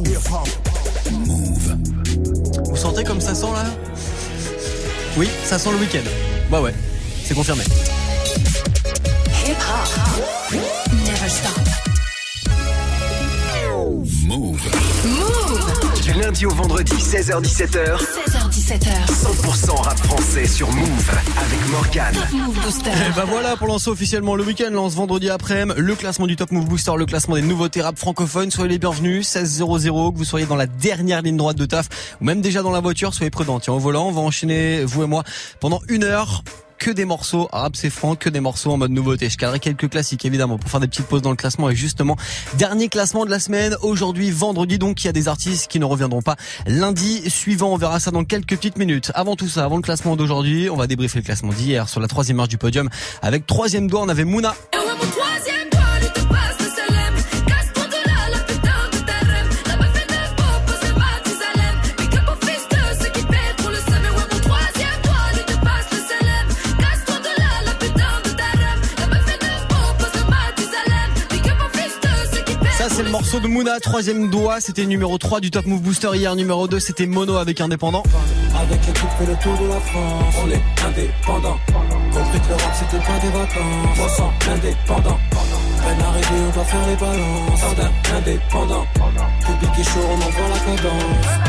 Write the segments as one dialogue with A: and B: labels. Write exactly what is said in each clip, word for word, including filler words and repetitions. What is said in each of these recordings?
A: Move. Vous sentez comme ça sent là? Oui, ça sent le week-end. Bah ouais, c'est confirmé.
B: Hip hop, never stop.
C: Move.
B: Move.
C: Du lundi au vendredi, seize heures dix-sept heures.
B: seize heures dix-sept heures.
C: cent pour cent rap français sur Move avec Morgane.
B: Top Move Booster.
A: Et bah voilà, pour lancer officiellement le week-end, lance vendredi après-midi le classement du Top Move Booster, le classement des nouveautés rap francophones. Soyez les bienvenus, seize zéro zéro, que vous soyez dans la dernière ligne droite de taf ou même déjà dans la voiture, soyez prudents. Tiens, au volant, on va enchaîner, vous et moi, pendant une heure. Que des morceaux, rap c'est franc, que des morceaux en mode nouveauté. Je calerai quelques classiques évidemment pour faire des petites pauses dans le classement. Et justement, dernier classement de la semaine, aujourd'hui vendredi, donc il y a des artistes qui ne reviendront pas lundi suivant. On verra ça dans quelques petites minutes. Avant tout ça, avant le classement d'aujourd'hui, on va débriefer le classement d'hier sur la troisième marche du podium. Avec troisième doigt, on avait Mouna. C'est le morceau de Mouna, troisième doigt, c'était numéro trois du Top Move Booster hier, numéro deux c'était Mono avec Indépendant.
D: Avec l'équipe fait le tour de la France, on est indépendant. Compris que le rap c'était pas des vacances, trois cents indépendants. Peine arrivée, on doit faire les balances, jardin indépendant. Public est chaud, on envoie la cadence.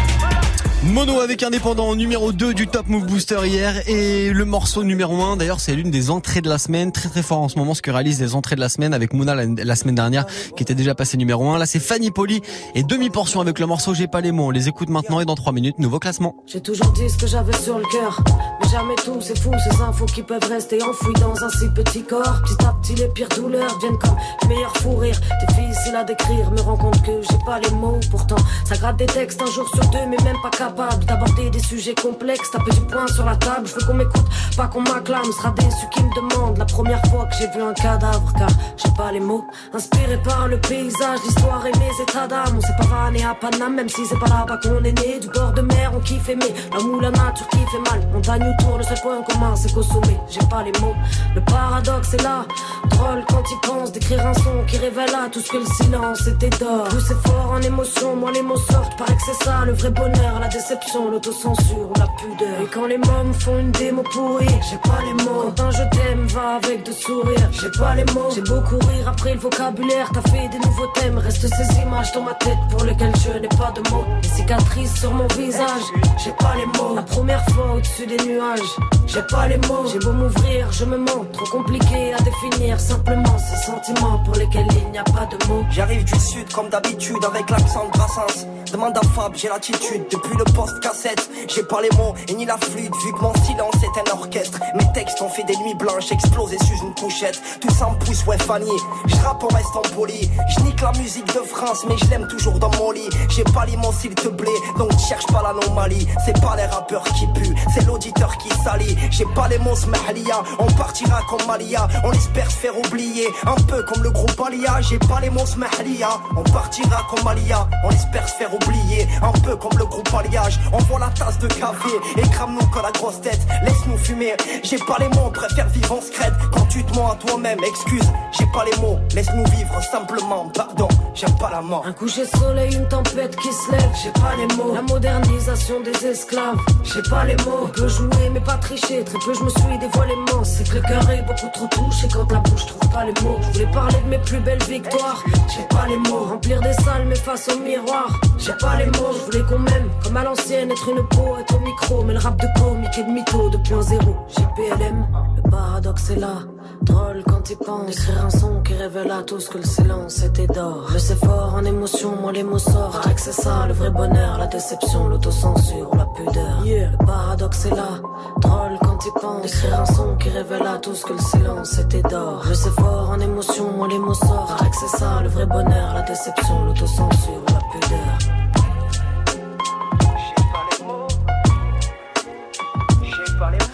A: Mono avec Indépendant, numéro deux du Top Move Booster hier. Et le morceau numéro un, d'ailleurs c'est l'une des entrées de la semaine, très très fort en ce moment ce que réalisent les entrées de la semaine avec Mouna la, la semaine dernière qui était déjà passé numéro un. Là c'est Fanny Poli et demi-portion avec le morceau J'ai pas les mots. On les écoute maintenant et dans trois minutes, nouveau classement.
E: J'ai toujours dit ce que j'avais sur le cœur, mais jamais tout, c'est fou ces infos qui peuvent rester enfouies dans un si petit corps. Petit à petit les pires douleurs viennent comme les meilleurs fous rires. Difficile à décrire, me rends compte que j'ai pas les mots. Pourtant ça gratte des textes un jour sur deux, mais même pas capable d'aborder des sujets complexes, taper du poing sur la table. Je veux qu'on m'écoute, pas qu'on m'acclame. Sera déçu qui me demande la première fois que j'ai vu un cadavre, car j'ai pas les mots. Inspiré par le paysage, l'histoire et mes états d'âme. On s'est pas vanné à Paname, même si c'est pas là-bas qu'on est né. Du bord de mer, on kiffe aimer l'homme ou la nature qui fait mal. Montagne ou tour, le seul point commun c'est qu'au sommet j'ai pas les mots. Le paradoxe est là, drôle quand il pense d'écrire un son qui révèle à tout ce que le silence était d'or. Plus c'est fort en émotion, moins les mots sortent. Paraît que c'est ça le vrai bonheur, la déception, l'autocensure ou la pudeur. Et quand les mômes font une démo pourrie, j'ai pas les mots. Quand un je t'aime va avec de sourires, j'ai pas les mots. J'ai beau courir après le vocabulaire, t'as fait des nouveaux thèmes. Reste ces images dans ma tête pour lesquelles je n'ai pas de mots. Les cicatrices sur mon visage, j'ai pas les mots. La première fois au-dessus des nuages, j'ai pas les mots. J'ai beau m'ouvrir, je me mens, trop compliqué à définir. Simplement ces sentiments pour lesquels il n'y a pas de mots.
F: J'arrive du sud comme d'habitude avec l'accent de Brassens. Demande à Fab, j'ai l'attitude depuis le poste cassette. J'ai pas les mots et ni la flûte, vu que mon silence est un orchestre. Mes textes ont fait des nuits blanches, explosées sous une couchette. Tout ça me pousse, ouais Fanny, j'rappe en restant poli. J'nique la musique de France, mais je l'aime toujours dans mon lit. J'ai pas les mots s'il te plaît, donc cherche pas l'anomalie. C'est pas les rappeurs qui puent, c'est l'auditeur qui salit. J'ai pas les mots smahlia, on partira comme Malia. On espère se faire oublier, un peu comme le groupe Alia. J'ai pas les mots smahlia, on partira comme Malia. On espère se faire oublier, un peu comme le groupe Alliage. On voit la tasse de café et crame-nous comme la grosse tête. Laisse-nous fumer, j'ai pas les mots, préfère vivre en secrète. Quand tu te mens à toi-même, excuse, j'ai pas les mots. Laisse-nous vivre simplement, pardon, j'aime pas la mort.
E: Un coucher de soleil, une tempête qui se lève, j'ai pas les mots. La modernisation des esclaves, j'ai pas les mots. On peut jouer mais pas tricher, très peu je me suis dévoilé mon. C'est que le cœur est beaucoup trop touché quand la bouche trouve pas les mots. Je voulais parler de mes plus belles victoires, j'ai pas les mots. Remplir des salles mais face au miroir, j'ai pas les mots. Je voulais qu'on m'aime comme à l'ancienne, être une poète au micro. Mais le rap de comique et de mytho deux point zéro, J P L M, le paradoxe est là. Drôle quand il pense d'écrire un son qui révèle à tous que le silence était d'or. Je sais fort en émotion, moi les mots sortent. Paraît que c'est ça le vrai bonheur, la déception, l'autocensure ou la pudeur. Yeah. Le paradoxe est là, drôle quand il pense d'écrire un son qui révèle à tous que le silence était d'or. Je sais fort en émotion, moi les mots sortent. Paraît que c'est ça le vrai bonheur, la déception, l'autocensure ou la pudeur.
F: J'ai pas les mots, j'ai pas les mots.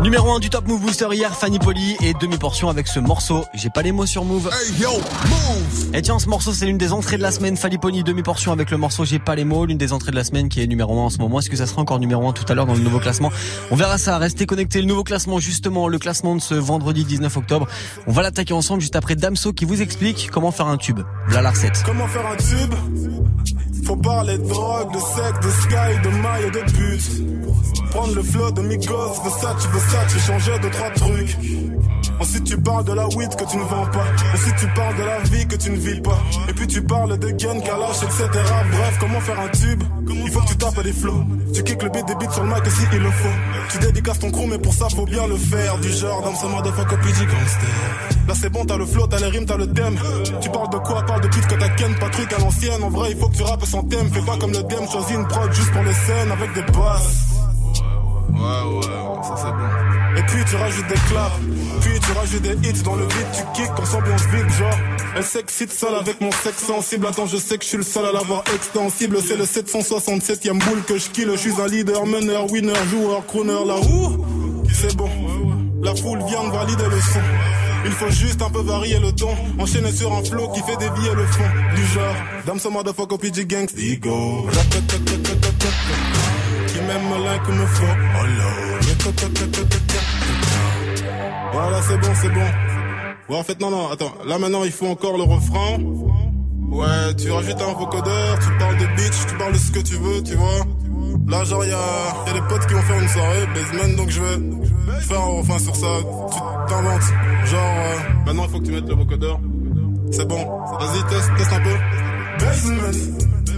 A: Numéro un du Top Move Booster hier, Fanny Polly et demi-portion avec ce morceau. J'ai pas les mots sur Move.
G: Hey yo, Move.
A: Et tiens, ce morceau c'est l'une des entrées de la semaine. Fanny Polly, demi-portion avec le morceau J'ai pas les mots, l'une des entrées de la semaine qui est numéro un en ce moment. Est-ce que ça sera encore numéro un tout à l'heure dans le nouveau classement? On verra ça. Restez connectés. Le nouveau classement, justement, le classement de ce vendredi dix-neuf octobre. On va l'attaquer ensemble juste après Damso qui vous explique comment faire un tube. Voilà la recette.
H: Comment faire un tube? Faut parler de drogue, de sexe, de sky, de maille et de pute. Prendre le flow de Migos, Versace, Versace, changer deux trois trucs. Ensuite tu parles de la weed que tu ne vends pas. Ensuite tu parles de la vie que tu ne vis pas. Et puis tu parles de gun, Kalash, et cetera. Bref, comment faire un tube? Il faut que tu tapes des flows. Tu kicks le beat des beats sur le mic si il le faut. Tu dédicaces ton crew mais pour ça faut bien le faire. Du genre dans ce motherfucker P G gangster. Là c'est bon, t'as le flow, t'as les rimes, t'as le thème. Tu parles de quoi? Parle de pute que t'as ken, pas truc à l'ancienne. En vrai il faut que tu rappes sans thème. Fais pas comme le D M, choisis une prod juste pour les scènes avec des basses. Ouais, ouais, ouais, ça c'est bon. Et puis tu rajoutes des claps, puis tu rajoutes des hits dans le beat, tu kicks comme ambiance vide, genre. Elle s'excite seule avec mon sexe sensible. Attends, je sais que je suis le seul à l'avoir extensible. C'est le sept cent soixante-septième boule que je kill. Je suis un leader, meneur, winner, joueur, crooner, là où c'est bon. La foule vient de valider le son. Il faut juste un peu varier le ton. Enchaîner sur un flow qui fait dévier le fond. Du genre, Damso motherfucker P G Gangs, ego. Qui m'aime me like ou me faut. Oh lord. Voilà, c'est bon, c'est bon. Ouais, en fait, non, non, attends. Là, maintenant, il faut encore le refrain. Ouais, tu rajoutes un vocodeur, tu parles de bitch, tu parles de ce que tu veux, tu vois. Là, genre, y'a y a des potes qui vont faire une soirée, basement, donc je vais faire un refrain sur ça. Tu t'inventes. Genre, euh, maintenant, il faut que tu mettes le vocodeur. C'est bon. Vas-y, teste, teste un peu. Basement.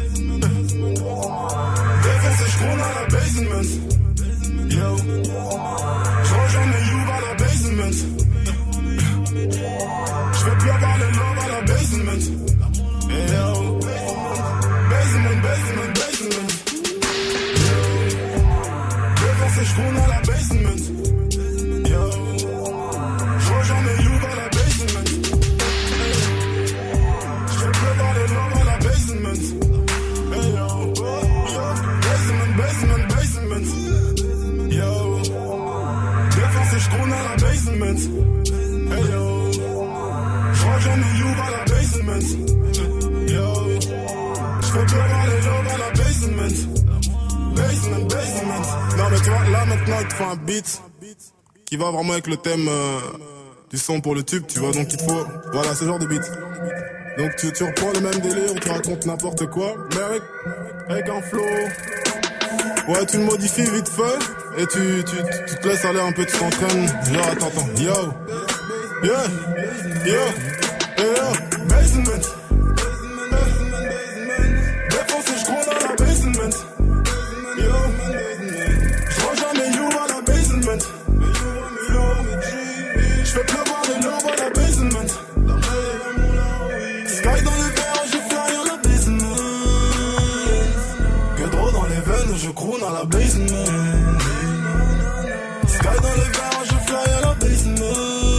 H: Défoncé, j'croule à la basement. Yo. J'rejoins mes youths à la basement. J'vais plus avoir les love à la basement. Hey yo. Basement, basement, basement. Yo. Défoncé, j'croule à la basement. Yo. J'rejoins mes youths à la basement. J'vais plus avoir les love à la basement. Hey yo. Basement, basement, basement. Yo. Défoncé, j'croule à la basement. Hey yo. J'rejoins mes youths à la basement. Yo. J'fais plus avoir les love à la basement. Basement, basement. Non mais tu vois, là maintenant il te faut un beat qui va vraiment avec le thème euh, du son pour le tube, tu vois. Donc il te faut, voilà, ce genre de beat. Donc tu, tu reprends le même délire où tu racontes n'importe quoi, mais avec, avec un flow. Ouais, tu le modifies vite fait et tu, tu, tu te laisses aller un peu, tu t'entraînes. Genre, attends, attends, yo, yeah, yo, yo, basement. Défoncé, j'croule à la basement. Yo, j'rejoins mes you à la basement. J'fais pleuvoir les lobes à la basement. Sky dans les verres, je fly à la basement. Pedro dans les veines, je croune à la basement. Sky dans les verres, je fly à la basement.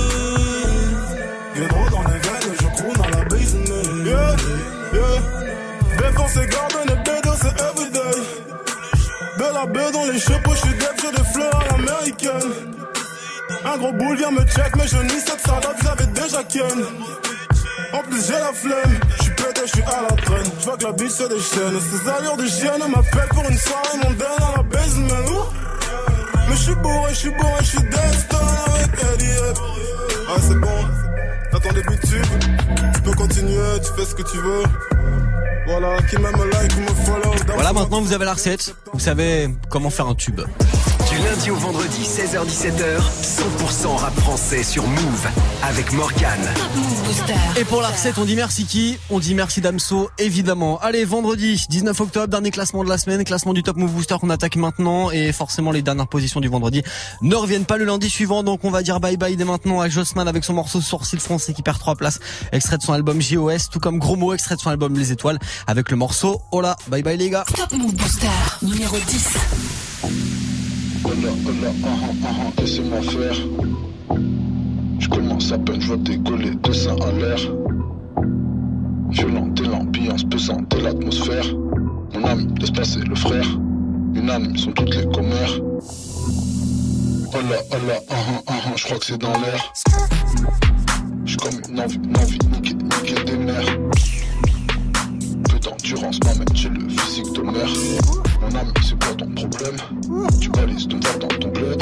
H: Pedro dans les veines, je croune à la basement. Yeah, yeah. Défoncé, garde les bédos, c'est everyday. De la baie dans les chapeaux, j'suis dead, j'ai des fleurs à l'américaine. Un gros boule vient me check, mais je nie cette salade, j'avais déjà ken. En plus j'ai la flemme, j'suis pété, j'suis à la traîne. J'vois que la bitch se déchaîne, ces allures de chienne m'appellent pour une soirée mondaine à la basement. Ouh. Mais j'suis bourré, j'suis bourré, j'suis destin avec Eddie. Ah c'est bon, t'attends des buts de tube. Tu peux continuer, tu fais ce que tu veux. Voilà, qui m'aime like ou me follow.
A: Voilà, maintenant vous avez la recette. Vous savez comment faire un tube.
C: Du lundi au vendredi, seize heures dix-sept heures, cent pour cent rap français sur Move avec Morgane.
B: Top Move Booster.
A: Et pour la recette, on dit merci qui? On dit merci Damso, évidemment. Allez, vendredi, dix-neuf octobre, dernier classement de la semaine, classement du Top Move Booster qu'on attaque maintenant. Et forcément, les dernières positions du vendredi ne reviennent pas le lundi suivant. Donc on va dire bye bye dès maintenant à Jossman avec son morceau Sourcil Français qui perd trois places. Extrait de son album J O S, tout comme Gros Mot, extrait de son album Les Étoiles avec le morceau Hola. Bye bye les gars.
B: Top Move Booster, numéro dix.
I: Hola, hola, ah ah ah, laissez-moi faire. Je commence à peine, je vois décoller, deux seins en l'air. Violente et l'ambiance pesante et l'atmosphère. Mon ami, laisse passer le frère. Unanimes sont toutes les commères. oh là, oh là, uh -huh, uh -huh, je crois que c'est dans l'air. J'suis comme une envie, une envie de niquer, niquer des mères. Peu d'endurance m'amène, j'ai le physique de mer. Mon ami, c'est quoi ton problème? Tu balises ton verre dans ton bled.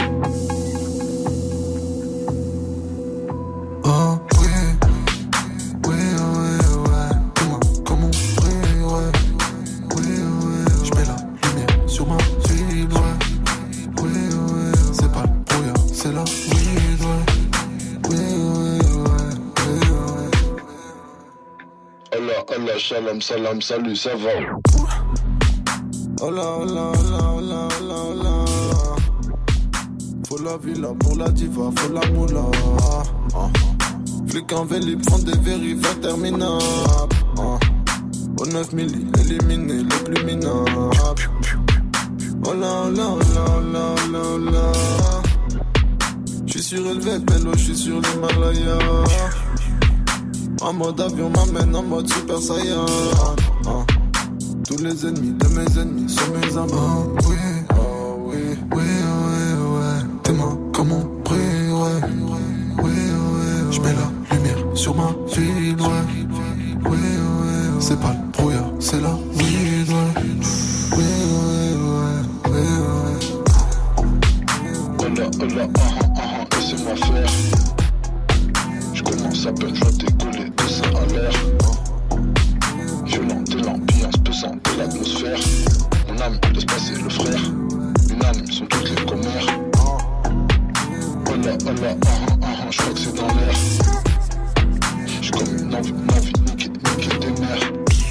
G: Oh oui, oui, oui, ouais. Dis-moi comment on prie, ouais. Oui, oui, j'mets la lumière sur ma ville, ouais. Oui, oui, c'est pas le brouillard, c'est la weed, ouais. Oui, oui, ouais, oui, ouais.
I: Allah, Allah, shalom, salam, salut, ça va.
G: Hola, hola, hola, hola, hola, hola. Faut la villa pour la diva, faut la moula. Ah. Flic en vélib font des vérifs interminables. Ah. Au neuf milli, éliminé les plus minables. Hola, hola, hola, hola, hola, hola. J'suis surélevé, bello, j'suis sur l'Himalaya. En mode avion m'amène en mode super saiyan. Ah. Tous les ennemis de mes ennemis sont mes amis. Oh oui, oh oui, oui, oui, ouais. Tes mains comme on prie, ouais. Oui, oui, j'mets la lumière sur ma ville, ouais. Oui, oui, c'est pas le brouillard, c'est la weed, ouais. Oui, oui, ouais, oui, ouais.
I: Hola, hola, ah ah ah, laissez-moi faire. J'commence à peine, j'vois décoller, dessin à l'air. Violente l'ambiance, pesante l'atmosphère. Mon âme, laisse passer le frère. Une âme, sont toutes les commères. Hola, hola, ah ah ah, j'crois que c'est dans l'air. J'ai comme une envie, une envie de niquer, niquer des mères.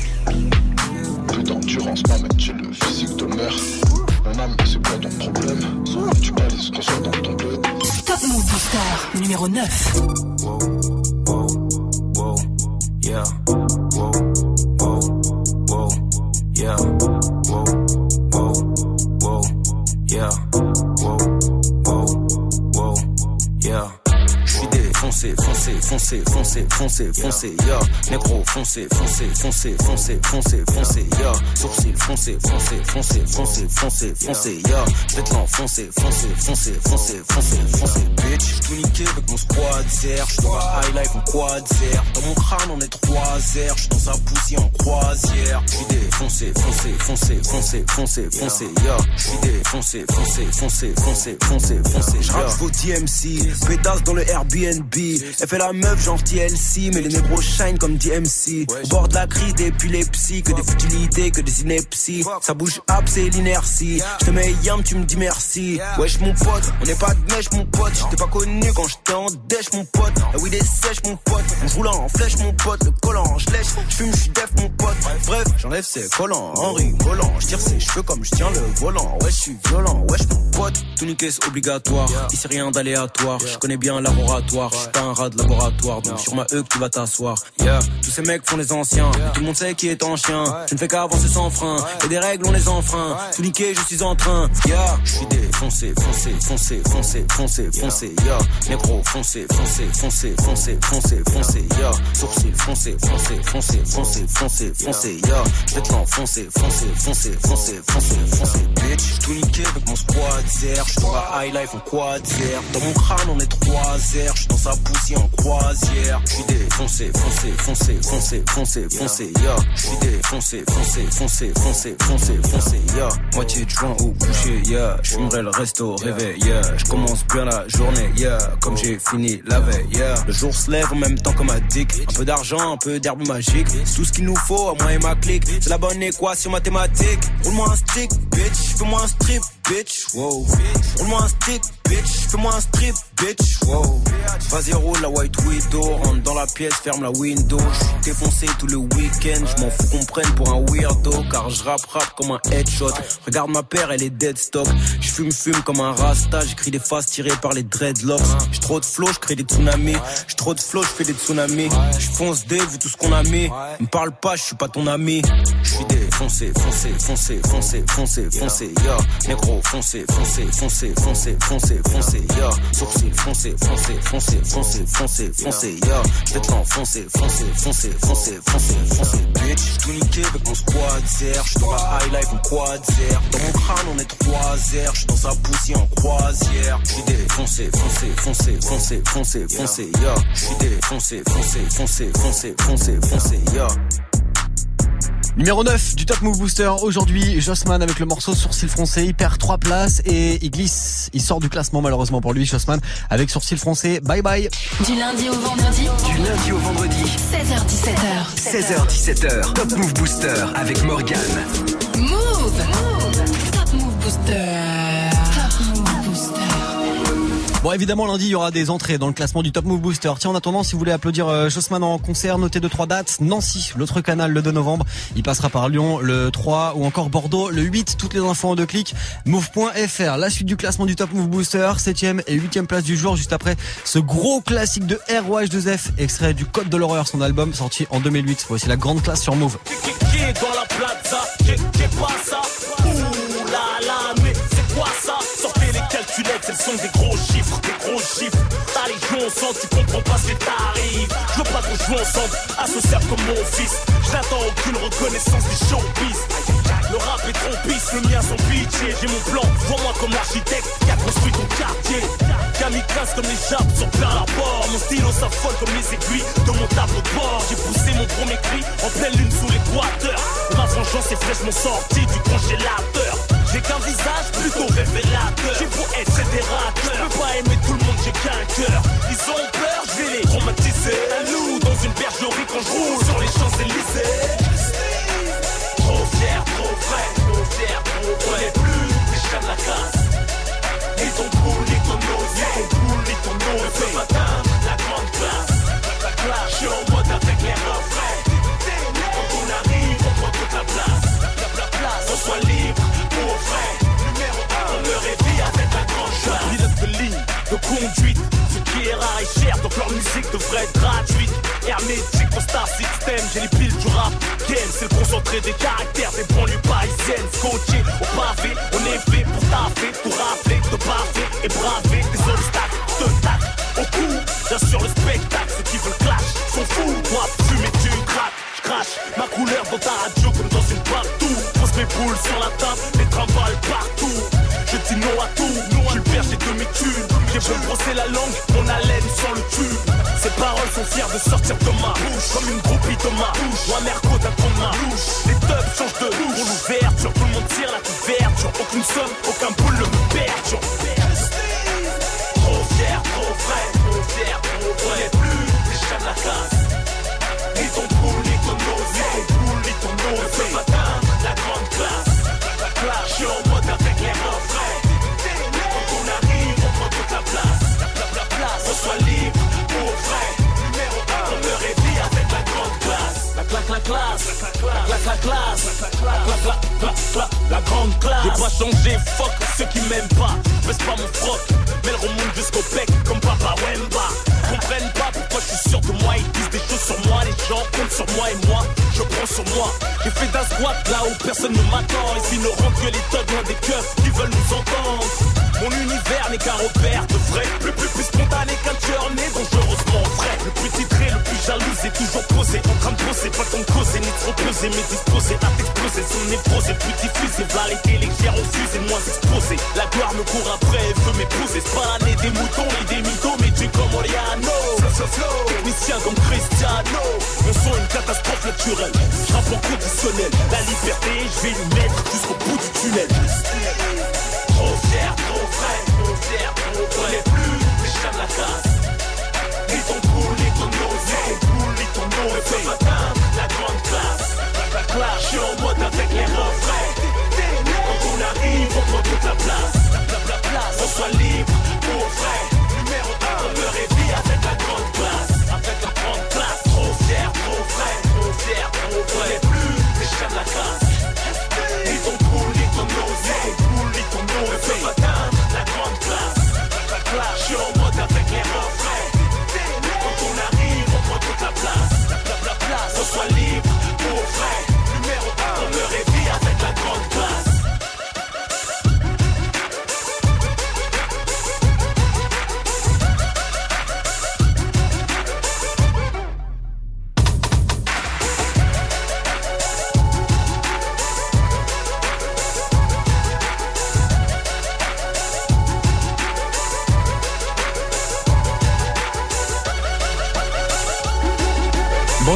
I: Peu d'endurance m'amène, j'ai le physique de mer. Mon âme, c'est quoi ton problème? Tu balises qu'on soit dans ton bled.
B: Top Move Booster numéro neuf.
D: Wow, wow, wow, yeah. Wow, wow, wow, yeah. Wow, wow, wow, yeah. Wow, wow, wow, yeah. J'suis défoncé, foncé, foncé, foncé, foncé, foncé, yeah. Négro, foncé, foncé, foncé, foncé, foncé, foncé, yeah. Sourcil, foncé, foncé, foncé, foncé, foncé, foncé, yeah. J'vais te l'enfoncer, foncé, foncé, foncé, foncé, foncé, bitch. J'suis niqué avec mon squad zer, j'suis dans la high life en quad zer. Dans mon crâne on est trois zer, j'suis dans sa poussière en croisière. J'suis défoncé, foncé, foncé, foncé, foncé, foncé, yeah. J'suis défoncé, foncé, foncé, foncé, foncé, foncé, j'rappe vos D M C, pétasse dans le Airbnb. Elle fait la meuf genre T L C, mais les négros shine comme D M C. Au bord de la crise d'épilepsie, que des futilités, que des inepties. Ça bouge up, c'est l'inertie. J'te mets yam, tu me dis merci. Wesh mon pote, on n'est pas de mèche mon pote. J'étais pas connu quand j'étais en dèche mon pote. La weed est sèche mon pote. On joue là en flèche mon pote. Le collant, j'lèche, j'fume, j'suis def mon pote. Bref, j'enlève ses collants en rigolant. J'tire ses cheveux comme j'tiens le volant. Wesh, j'suis violent, wesh mon pote. Tout niquer c'est obligatoire. Ici rien d'aléatoire. J'connais bien laboratoire. J'suis pas un rat de laboratoire. Donc sur ma E que tu vas t'asseoir. Yeah, tous ces mecs font les anciens. Tout le monde sait qui est en chien. Je ne fais qu'avancer sans frein. Et des règles on les enfreint. Tout niquer je suis en train. Yeah, j'suis défoncé, foncé, foncé, foncé, foncé, foncé. Yeah, négro foncé, foncé, foncé, foncé, foncé, foncé. Yeah, sourcil foncé, foncé, foncé, foncé, foncé, foncé. Yeah, j'vais te l'enfoncer, foncé, foncé, foncé, foncé, foncé, bitch. J'suis tout niqué avec mon squad zer. J'suis dans la high life en quad zer. Dans mon crâne on est trois zer. J'suis dans sa poussière en croisière. J'suis défoncé, foncé, foncé, foncé, foncé, foncé, yeah. J'suis défoncé, foncé, foncé, foncé, foncé, foncé, yeah. Moitié de joint au coucher, yeah. J'fumerai le resto au réveil, yeah. J'commence bien la journée, yeah. Comme j'ai fini la veille, yeah. Le jour se lève en même temps que ma dick. Un peu d'argent, un peu d'herbe magique. C'est tout ce qu'il nous faut, à moi et ma clique. C'est la bonne équation mathématique. Roule-moi un stick, bitch. Fais-moi un strip, bitch. Wow. Roule-moi un stick, bitch. Fais-moi un strip, bitch. Wow. Vas-y, roule la white widow. Rentre dans la pièce, ferme la window. J'suis défoncé tout le week-end. J'm'en fous qu'on prenne pour un weirdo. Car j'rappe rap comme un headshot. Regarde ma paire, elle est dead stop. J'fume, fume comme un rasta. J'écris des faces tirées par les dreadlocks. J'ai trop de flow, j'crée des tsunamis. J'ai trop de flow, j'fais des tsunamis. J'fonce des, vu tout ce qu'on a mis. Me parle pas, j'suis pas ton ami. J'suis défoncé, foncé, foncé, foncé, foncé, foncé, yeah. Négro, foncé, foncé, foncé, foncé, foncé, foncé, yeah. Sourcil, foncé, foncé, foncé, foncé, foncé, foncé, yeah. J'vais te l'enfoncer, foncé, foncé, foncé, foncé, foncé, bitch. J'suis tout niqué avec
J: on squad zer. J'suis dans la high life en quad zer. Dans mon crâne on est trois zer. J'suis dans sa poussière en croisière. J'suis défoncé, foncé, foncé, foncé, foncé, foncé, ya. J'suis défoncé, foncé, foncé, foncé, foncé, foncé, ya.
A: Numéro neuf du Top Move Booster. Aujourd'hui, Jossman avec le morceau Sourcil Froncé. Il perd trois places et il glisse. Il sort du classement malheureusement pour lui, Jossman, avec Sourcil Froncé. Bye bye.
B: Du lundi au vendredi.
C: Du lundi au vendredi.
B: seize heures dix-sept heures.
C: seize heures dix-sept heures. Top Move Booster avec Morgane.
B: Move. Move. Top Move Booster. Top Move Booster.
A: Bon, évidemment, lundi, il y aura des entrées dans le classement du Top Move Booster. Tiens, en attendant, si vous voulez applaudir euh, Jossman en concert, notez deux trois dates. Nancy, l'autre canal, le deux novembre. Il passera par Lyon le trois ou encore Bordeaux le huit. Toutes les infos en deux clics. Move point F R. La suite du classement du Top Move Booster. septième et huitième place du jour, juste après ce gros classique de R O H deux F, extrait du Code de l'horreur, son album sorti en deux mille huit. Voici la grande classe sur Move.
K: Qui est dans la plaza? J'ai pas ça. Ouh là là, mais c'est quoi ça? Sortez les calculettes, elles sont des gros chiffres, des gros chiffres. T'as les joues ensemble, tu comprends pas ce qui t'arrive. Je veux pas qu'on joue ensemble, associable comme mon fils. Je n'attends aucune reconnaissance des showbiz. Le rap est trompiste, le mien sans pitié. J'ai mon plan, vois-moi comme l'architecte qui a construit ton quartier. Kamikaze comme les jappes sur plein rapport. Mon stylo s'affole comme les aiguilles de mon tableau de bord. J'ai poussé mon premier cri en pleine lune sous l'équateur. Ma vengeance est fraîchement sortie du congélateur. J'ai qu'un visage plutôt révélateur. J'ai beau être fédérateur, je peux pas aimer tout le monde, j'ai qu'un cœur. Ils ont peur, je vais les traumatiser. Un loup dans une bergerie quand je roule sur les Champs-Élysées. Trop fier, trop frais, trop fier, trop vrai. On est plus des chats de la casse. Ni ton poule, ni ton nose, ni ton poule, ni ton nose. Ne peut pas atteindre la grande classe. Je suis en mode avec les refrains. Quand on arrive, on prend toute la place. On soit libre, pour vrai. Numéro un, on me réveille avec la grande classe. Pilote de ligne, de conduite. Ce qui est rare et cher, donc leur musique devrait être gratuite. Hermétique, mon star system, j'ai les piles du rap game. C'est le concentré des caractères des banlieues parisiennes. Scotché au pavé, on est fait pour taffer, pour rappeler, te baffer et braver des obstacles. Te tac au cou, bien sûr le spectacle. Ceux qui veulent clash sont fous. Moi, fumer, tu craques, je crache ma couleur dans ta radio comme dans une partout. Pose mes boules sur la table, les trimballes partout. Je dis non à tout, je le perds, j'ai de mes thunes. J'ai beau me brosser la langue, mon haleine sans le tube. Ces paroles sont fières de sortir de ma bouche, comme une groupie de ma bouche, ou un merco d'un con de ma bouche. Les tubs changent de bouche, pour l'ouverture, tout le monde tire la couverture. Aucune somme, aucun boule ne me perturbe. Trop fier, trop frais, trop fier, trop vrai. On est plus des chats de la casse. Ni ton poule, ni ton nose, ni ton poule, ni ton nose. Ne peut pas atteindre la grande classe. Je suis en mode avec les refrains. Quand on arrive, on prend toute la place. On soit libre, pour vrai. Numéro un, on me réveille avec la grande classe. La claque, la classe, la claque, la classe, la claque, la claque, la grande classe. J'ai pas changé, fuck ceux qui m'aiment pas. Baisse pas mon froc, mais le remonte jusqu'au bec comme Papa Wemba. Comprennent pas pourquoi je suis sûr de moi. Ils disent des choses sur moi, les gens comptent sur moi et moi, je prends sur moi. J'ai fait d'un squat là où personne ne m'attend. Ici ne rentre que les thugs loin des keufs qui veulent nous entendre. Mon univers n'est qu'un repère de vrai. Le plus plus spontané qu'un tueur né dangereusement vrai. Le plus titré, le plus jaloux est toujours posé. En train de poser, pas ton causer, ni trop peser. Mais disposé à t'exploser, son névrosé. Plus diffusé, variété légère, on fuse et moins exposé. La gloire me court après, elle veut m'épouser. C'est pas l'année des moutons, ni des mythos, mais tu comme Oriano. Technicien comme Cristiano. Mon son une catastrophe naturelle. Je rappe en conditionnel. La liberté, je vais lui mettre jusqu'au bout du tunnel. Trop fier, trop frais, trop fier, trop vrai. On est plus des chats de la casse. Ni ton poule, ni ton nose, ni ton poule, ni ton nose. Ne peut pas atteindre la grande classe. Je suis en mode avec les refrains. Quand on arrive, on prend toute la place. On soit libre, pour vrai. Numéro un, on me réveille avec la grande classe. Avec la grande classe. Trop fier, trop frais, trop fier, trop vrai. On est plus des chats de la casse. Ni ton poule, ni ton nose, ni ton poule, ni ton nose. Ne peut pas atteindre la grande classe. Je suis en mode avec les refrains. Quand on arrive, on prend toute la place. On soit libre, pour vrai. Numéro un, on me réveille avec la grande classe.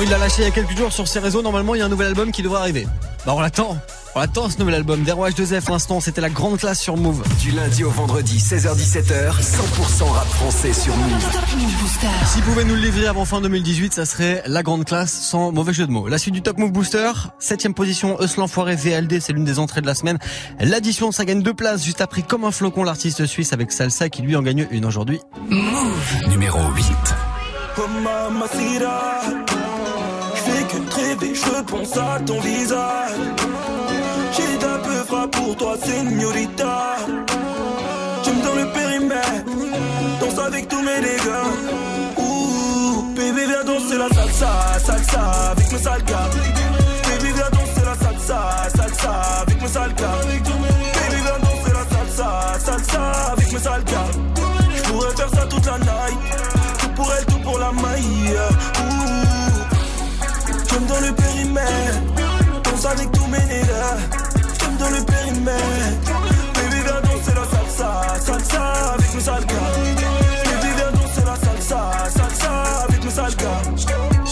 A: il l'a lâché il y a quelques jours sur ses réseaux. Normalement, il y a un nouvel album qui devrait arriver. Bah, on l'attend. On attend ce nouvel album d'R O H deux F. L'instant, c'était la grande classe sur Move.
C: Du lundi au vendredi, seize heures dix-sept heures, cent pour cent rap français sur Move.
A: S'il pouvait nous le livrer avant fin deux mille dix-huit, ça serait la grande classe sans mauvais jeu de mots. La suite du Top Move Booster, septième position, Eus l'Enfoiré V L D, c'est l'une des entrées de la semaine. L'addition, ça gagne deux places juste après Comme un flocon, l'artiste suisse avec Salsa qui lui en gagne une aujourd'hui.
C: Move numéro huit.
L: Oh mamacita, j'fais que te rêver, je pense à ton visage. J'ai d'un peu frappe pour toi, señorita. J'aime dans le périmètre, danse avec tous mes dégâts. Ouh, baby viens danser la salsa, salsa avec mes sales gars. Baby viens danser la salsa, salsa avec mes sales gars. Baby viens danser la salsa, salsa avec mes sales gars. J'pourrais faire ça toute la night, tout pour elle, tout pour la maille. Ouh, j'aime dans le périmètre, danse avec tous mes nègres. J'aime dans le périmètre, baby viens danser la salsa, salsa avec mes sales gars. Baby viens danser la salsa, salsa avec mes sales gars.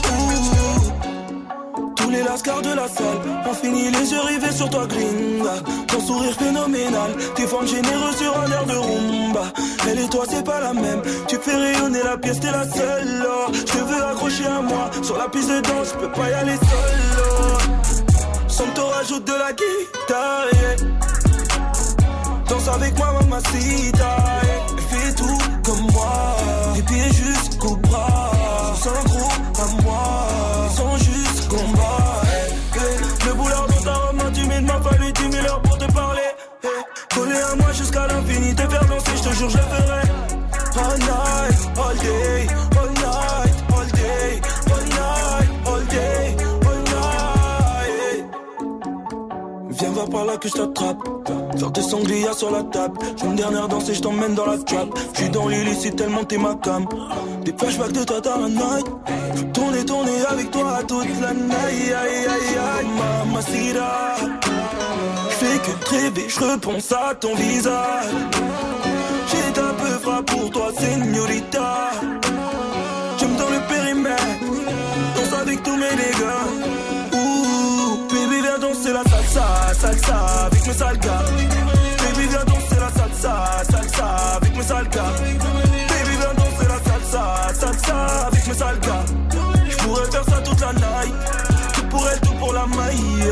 L: Ouh, tous les lascars de la salle ont fini les yeux rivés sur toi gringa. Ton sourire phénoménal, tes formes généreuses sur un air de rumba. Elle et toi c'est pas la même, tu fais rayonner la pièce, t'es la seule. Oh. Je te veux accrocher à moi, sur la piste de danse, je peux pas y aller seul. Oh. Sans te rajoute de la guitare, yeah. Danse avec moi mamacita, yeah. Fais tout comme moi, des pieds jusqu'au bras. Sans gros à moi, sans juste combat, yeah. Yeah. Le boulard dans ta robe m'intimide, m'a fallu dix mille heures pour te parler, yeah. Coller à moi jusqu'à l'infini, te faire danser, je te jure je le ferai. All night, all day, all night, all day, all night, all day, all night. Viens voir par là que je t'attrape, faire des sangliers sur la table. J'ai une dernière danse et je t'emmène dans la trap. J'suis dans l'illicite tellement t'es ma cam. Des flashbacks de toi dans la night. J'veux tourner, tourner avec toi toute la night. Aïe, aïe, aïe, mamacita. J'fais que te rêver, j'repense à ton visage. J'ai d'un peu frappe pour toi, señorita. J'aime dans le périmètre, danse avec tous mes dégâts. Ouh, baby viens danser la salsa, salsa avec mes sales gars. Baby viens danser la salsa, salsa avec mes sales gars. Baby viens danser la salsa, salsa avec mes sales gars. J'pourrais faire ça toute la night, tout pour elle, tout pour la maille.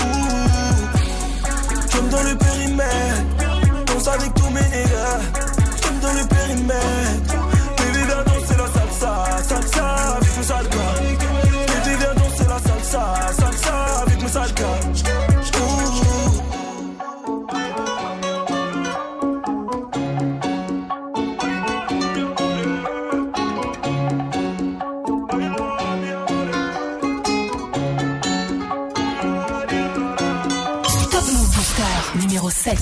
L: Ouh, j'aime dans le périmètre, danse avec tous mes nègres. J'aime dans le périmètre, baby viens danser la salsa, salsa avec mes sales gars. Baby viens danser la salsa, salsa avec mes sales gars.
B: Top Move Booster numéro sept.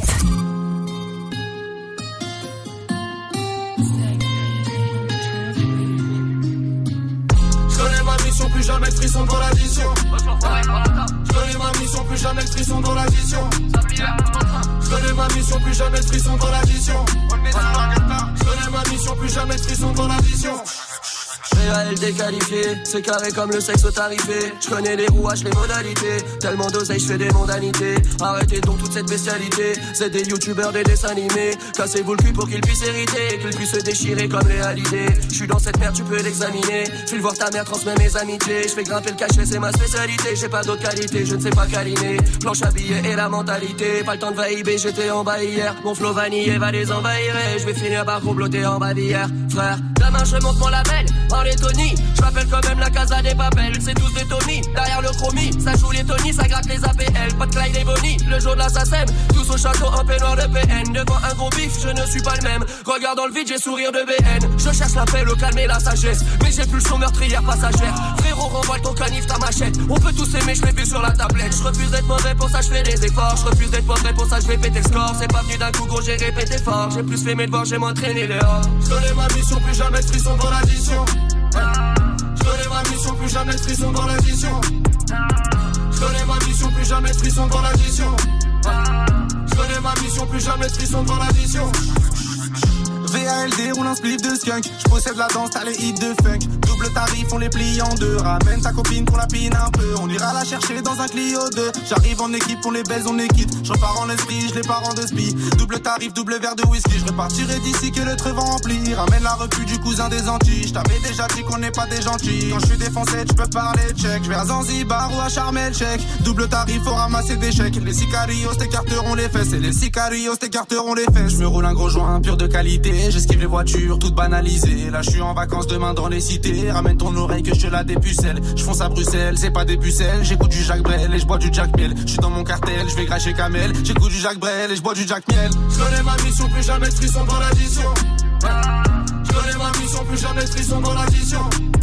M: Plus jamais de frisson dans l'addition. Je connais ma mission, plus jamais de frisson dans l'addition. Je connais ma mission, plus jamais de frisson dans l'addition. Je connais ma mission, plus jamais de frisson dans l'addition.
N: Réel déqualifié, c'est carré comme le sexe tarifé. Je connais les rouages, les modalités. Tellement d'oseille, je fais des mondanités. Arrêtez donc toute cette bestialité. C'est des youtubeurs, des dessins animés. Cassez-vous le cul pour qu'ils puissent hériter, qu'ils puissent se déchirer comme les halidés. Je suis dans cette merde, tu peux l'examiner. File voir ta mère, transmets mes amitiés. Je fais grimper le cachet, c'est ma spécialité. J'ai pas d'autre qualité, je ne sais pas câliner. Planche à billets et la mentalité. Pas le temps de vaïber, j'étais en bas hier. Mon flow vanillé va les envahir. Je vais finir par comploter en bas d'hier. Frère, demain je monte mon label. En Lettonie, je m'appelle quand même la Casa des Papels. C'est tous des Tony, derrière le chromie. Ça joue les Tony, ça gratte les A P L. Pas de Clyde et Bonnie, le jour de l'assassin. Tous au château en peignoir de P N. Devant un gros bif, je ne suis pas le même. Regarde dans le vide, j'ai sourire de B N. Je cherche la paix, le calme et la sagesse. Mais j'ai plus le son meurtrière passagère. Frérot, renvoie ton canif, ta machette. On peut tous aimer, je l'ai vu sur la tablette. Je refuse d'être mauvais, pour ça je fais des efforts. Je refuse d'être mauvais, pour ça je vais péter le score. C'est pas venu d'un coup, gros, j'ai répété fort. J'ai plus fait mes devoirs, j'ai m'entraîné dehors.
M: Je connais ma mission, plus jamais de frisson dans l'addition. Je connais ma mission, plus jamais de frisson dans l'addition. Je connais ma mission, plus jamais de frisson dans l'addition. Je connais ma mission, plus jamais de frisson dans l'addition.
O: V A L D roule un spliff de skunk. J'possède la danse, t'as les hits de funk.
M: double tarif, on les plie en deux. Ramène ta copine qu'on la pine un peu. On ira la chercher dans un Clio deux. J'arrive en équipe, on les baise, on les quitte. Je repars en esprit, je les pars en deux spi. Double tarif, double verre de whisky. Je repartirai d'ici que le treu va remplir. Ramène la repu du cousin des Antilles. Je t'avais déjà dit qu'on n'est pas des gentils. Quand je suis défoncé, tu peux parler tchèque. Je vais à Zanzibar ou à Sharm el Sheikh. Double tarif, faut ramasser des chèques. Les sicarios t'écarteront les fesses. Et les sicarios t'écarteront les fesses. Je me roule un gros joint pur de qualité. J'esquive les voitures toutes banalisées. Là je suis en vacances demain dans les cités. Ramène ton oreille que je te la dépucelle. Je fonce à Bruxelles, c'est pas des pucelles. J'écoute du Jacques Brel et je bois du Jack Miel. Je suis dans mon cartel, je vais cracher Kamel. J'écoute du Jacques Brel et je bois du Jack Miel. Je connais ma mission, plus jamais de frisson dans l'addition. Je connais ma mission, plus jamais de frisson dans l'addition.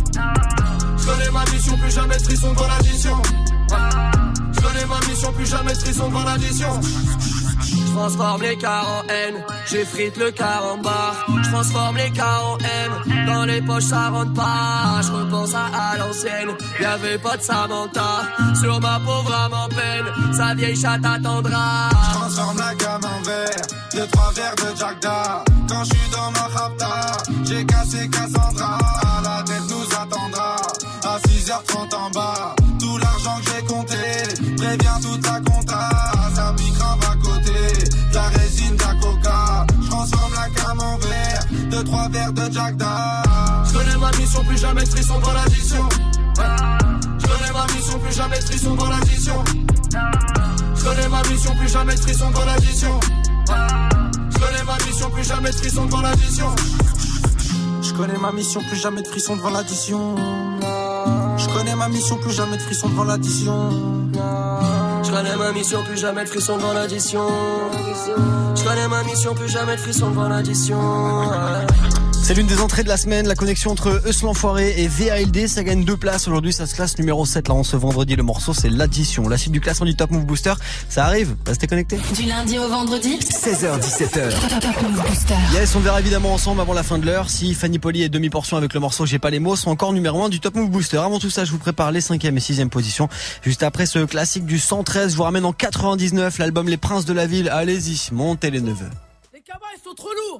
M: Je connais ma mission, plus jamais de frisson dans l'addition. Je connais ma mission, plus jamais de frisson dans l'addition.
N: Je transforme les cars en haine, j'effrite le car en bar. Je transforme les cars en haine, dans les poches ça rentre pas. Je repense à, à l'ancienne, y'avait pas de Samantha. Sur ma pauvre âme en peine, sa vieille chatte attendra.
M: Je transforme la gamme en verre, deux trois verres de Jack Da. Quand je suis dans ma rapta, j'ai cassé Cassandra. La tête nous attendra, à six heures trente en bas. Tout l'argent que j'ai compté, préviens toute la compta. Ça piquera à côté, de la résine, de la coca. Je transforme la gamme en verre, deux trois verres de Jack Da. Je connais ma mission, plus jamais de frisson dans l'addition. Je connais ma mission, plus jamais de frisson dans l'addition. Je connais ma mission, plus jamais de frisson dans l'addition. Je connais ma mission, plus jamais de frisson devant l'addition. Je connais ma mission, plus jamais de frisson devant l'addition. Je connais ma mission, plus jamais de frisson devant l'addition.
N: Je connais ma mission, plus jamais de frisson devant l'addition. Je connais ma mission, plus jamais de frisson devant l'addition.
A: C'est l'une des entrées de la semaine, la connexion entre Eus l'Enfoiré et V A L D, ça gagne deux places. Aujourd'hui, ça se classe numéro sept, là, en ce vendredi. Le morceau, c'est l'addition. La suite du classement du Top Move Booster, ça arrive, restez connectés.
B: Du lundi au vendredi,
C: seize heures dix-sept heures.
B: Top Move Booster.
A: Yes, on verra évidemment ensemble avant la fin de l'heure si Fanny Poli et demi-portion avec le morceau J'ai pas les mots sont encore numéro un du Top Move Booster. Avant tout ça, je vous prépare les cinquième et sixième positions. Juste après ce classique du cent treize, je vous ramène en quatre-vingt-dix-neuf l'album Les Princes de la Ville. Allez-y, montez les neveux.
O: Les cabas, ils sont trop lourds.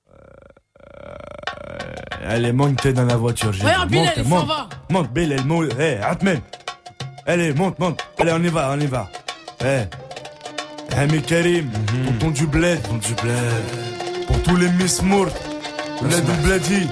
P: Allez, monte, t'es dans la voiture.
O: Ouais, un Bilal, il s'en
P: monte,
O: va.
P: monte, Bilal, monte. Hé, Atmen. Allez, monte, monte. Allez, on y va, on y va. Hé. Hé, mais Karim, tonton du bled. Tonton du bled. Pour tous les Miss Mourt. Bled ou Bledi.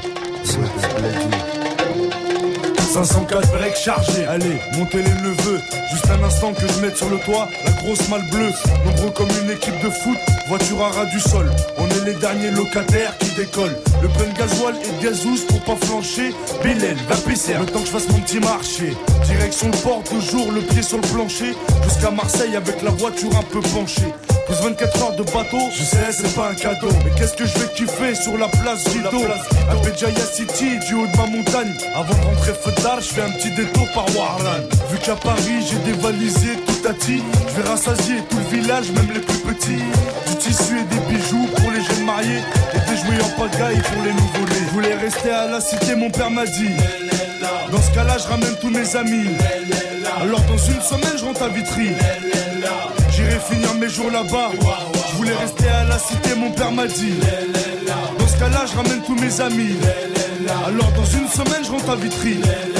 P: cinq cent quatre breaks chargés. Allez, montez les neveux. Juste un instant que je mette sur le toit la grosse malle bleue. Nombreux comme une équipe de foot, voiture à ras du sol. On est les derniers locataires qui décollent. Le plein de gasoil et de gazous pour pas flancher. Bilal, va pisser, le temps que je fasse mon petit marché. Direction le port, toujours le pied sur le plancher. Jusqu'à Marseille avec la voiture un peu penchée. Plus vingt-quatre heures de bateau, je sais c'est pas un cadeau. Mais qu'est-ce que je vais kiffer sur la place Guido. À Béjaïa City, du haut de ma montagne. Avant de rentrer feu d'art, je fais un petit détour par Warlan. Vu qu'à Paris j'ai dévalisé tout à ti, je vais rassasier tout le village, même les plus petits. Du tissu et des bijoux pour les jeunes mariés. Et des jouets en pagaille pour les nouveau-nés. Je voulais rester à la cité, mon père m'a dit. Dans ce cas là je ramène tous mes amis. Alors dans une semaine je rentre à Vitry. J'irai finir mes jours là-bas. Je voulais rester à la cité, mon père m'a dit. Dans ce cas-là, je ramène tous mes amis. Alors dans une semaine, je rentre à Vitry.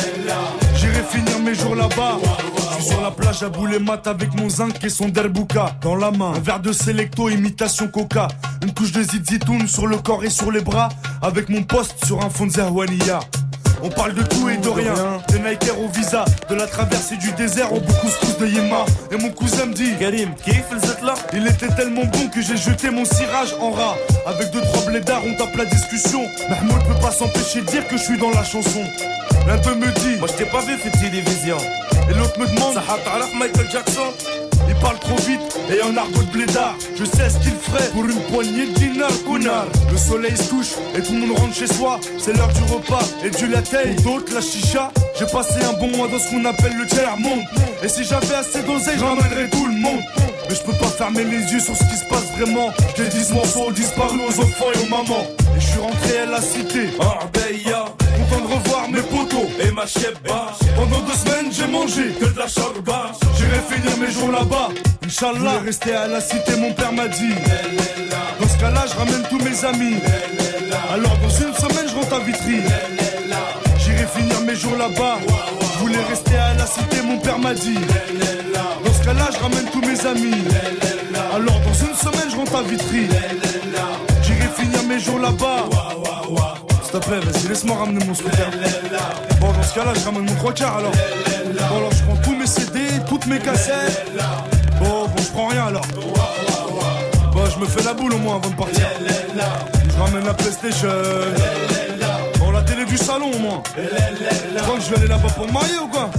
P: J'irai finir mes jours là-bas. Je suis sur la plage à Boulémat avec mon zinc et son derbouka dans la main. Un verre de Selecto, imitation coca. Une couche de zizitoun sur le corps et sur les bras. Avec mon poste sur un fond de Zerwania. On parle de tout et de rien, des Nikers au visa, de la traversée du désert au couscous de Yéma. Et mon cousin me dit Karim, qui fait le là? Il était tellement bon que j'ai jeté mon cirage en rat. Avec deux trois blédards on tape la discussion. Mahmoud peut pas s'empêcher de dire que je suis dans la chanson. L'un d'eux me dit moi je t'ai pas vu fait télévision. Et l'autre me demande ça t'arrête Michael Jackson. Il parle trop vite et en argot de blédard. Je sais ce qu'il ferait pour une poignée de dinars, connard. Le soleil se couche et tout le monde rentre chez soi. C'est l'heure du repas et du latte. Pour d'autres la chicha. J'ai passé un bon mois dans ce qu'on appelle le tiers-monde. Et si j'avais assez d'oseille, je ramènerais tout le monde. Mais je peux pas fermer les yeux sur ce qui se passe vraiment. J'ai dix morceaux disparus aux enfants et aux mamans. Et je suis rentré à la cité Arbeya, content de revoir mes potos et ma chebba. Pendant deux semaines j'ai mangé que de la charba. J'irai finir mes jours là-bas, Inch'Allah. Je voulais rester à la cité, mon père m'a dit. Dans ce cas-là je ramène tous mes amis. Alors dans une semaine je rentre à Vitry. J'irai finir mes jours là-bas. Je voulais rester à la cité, mon père m'a dit. Dans ce cas-là, je ramène tous mes amis. Alors dans une semaine, je rentre à Vitry. J'irai finir mes jours là-bas. S'il te plaît, vas-y, laisse-moi ramener mon scooter. Bon, dans ce cas-là, je ramène mon trois quarts alors. Bon, alors je prends tous mes C D, toutes mes cassettes. Bon, bon, je prends rien alors. Bon, je me fais la boule au moins avant de partir. Je ramène la PlayStation. Bon, la télé du salon au moins. Tu crois que je vais aller là-bas pour me marier ou quoi?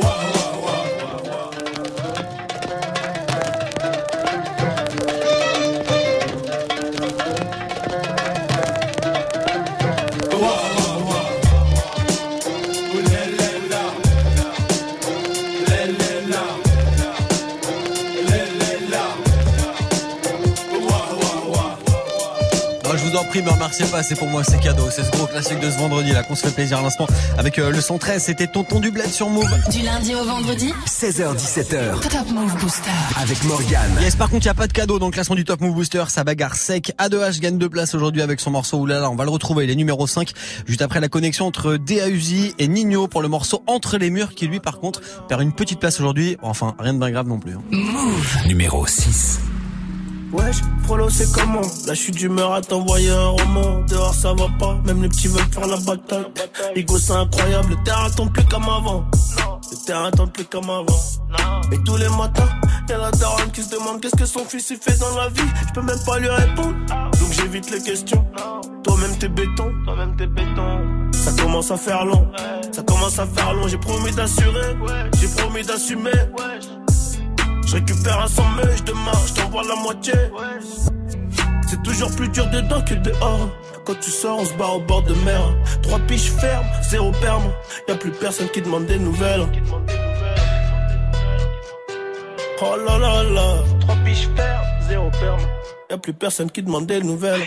A: En prix, me remerciez pas, c'est pour moi, c'est cadeau. C'est ce gros classique de ce vendredi là qu'on se fait plaisir à l'instant avec euh, le cent treize. C'était Tonton du Bled sur Move.
B: Du lundi au vendredi,
C: seize heures dix-sept heures.
B: Top Move Booster
C: avec Morgane.
A: Yes, par contre, il n'y a pas de cadeau dans le classement du Top Move Booster. Ça bagarre sec. A deux H gagne deux places aujourd'hui avec son morceau Oulala. On va le retrouver. Il est numéro cinq. Juste après la connexion entre D A Uzi et Nino pour le morceau Entre les murs qui lui, par contre, perd une petite place aujourd'hui. Enfin, rien de bien grave non plus. Hein.
B: Move
C: Numéro six.
L: Wesh, frollo c'est comment? Là je suis d'humeur à t'envoyer un roman. Dehors ça va pas, même les petits veulent faire la bataille. Ligo c'est incroyable, le terrain tombe plus comme avant. Le terrain tombe plus comme avant. Et tous les matins, y'a la daronne qui se demande qu'est-ce que son fils il fait dans la vie. Je peux même pas lui répondre, donc j'évite les questions. Toi-même t'es béton, toi-même t'es béton. Ça commence à faire long, ça commence à faire long. J'ai promis d'assurer, j'ai promis d'assumer. Je récupère un sans mèche demain, je t'envoie la moitié. C'est toujours plus dur dedans que dehors. Quand tu sors, on se barre au bord de mer. Trois piches fermes, zéro perme. Y'a plus personne qui demande des nouvelles. Oh là là là. Trois piches fermes, zéro perme. Y'a plus personne qui demande des nouvelles.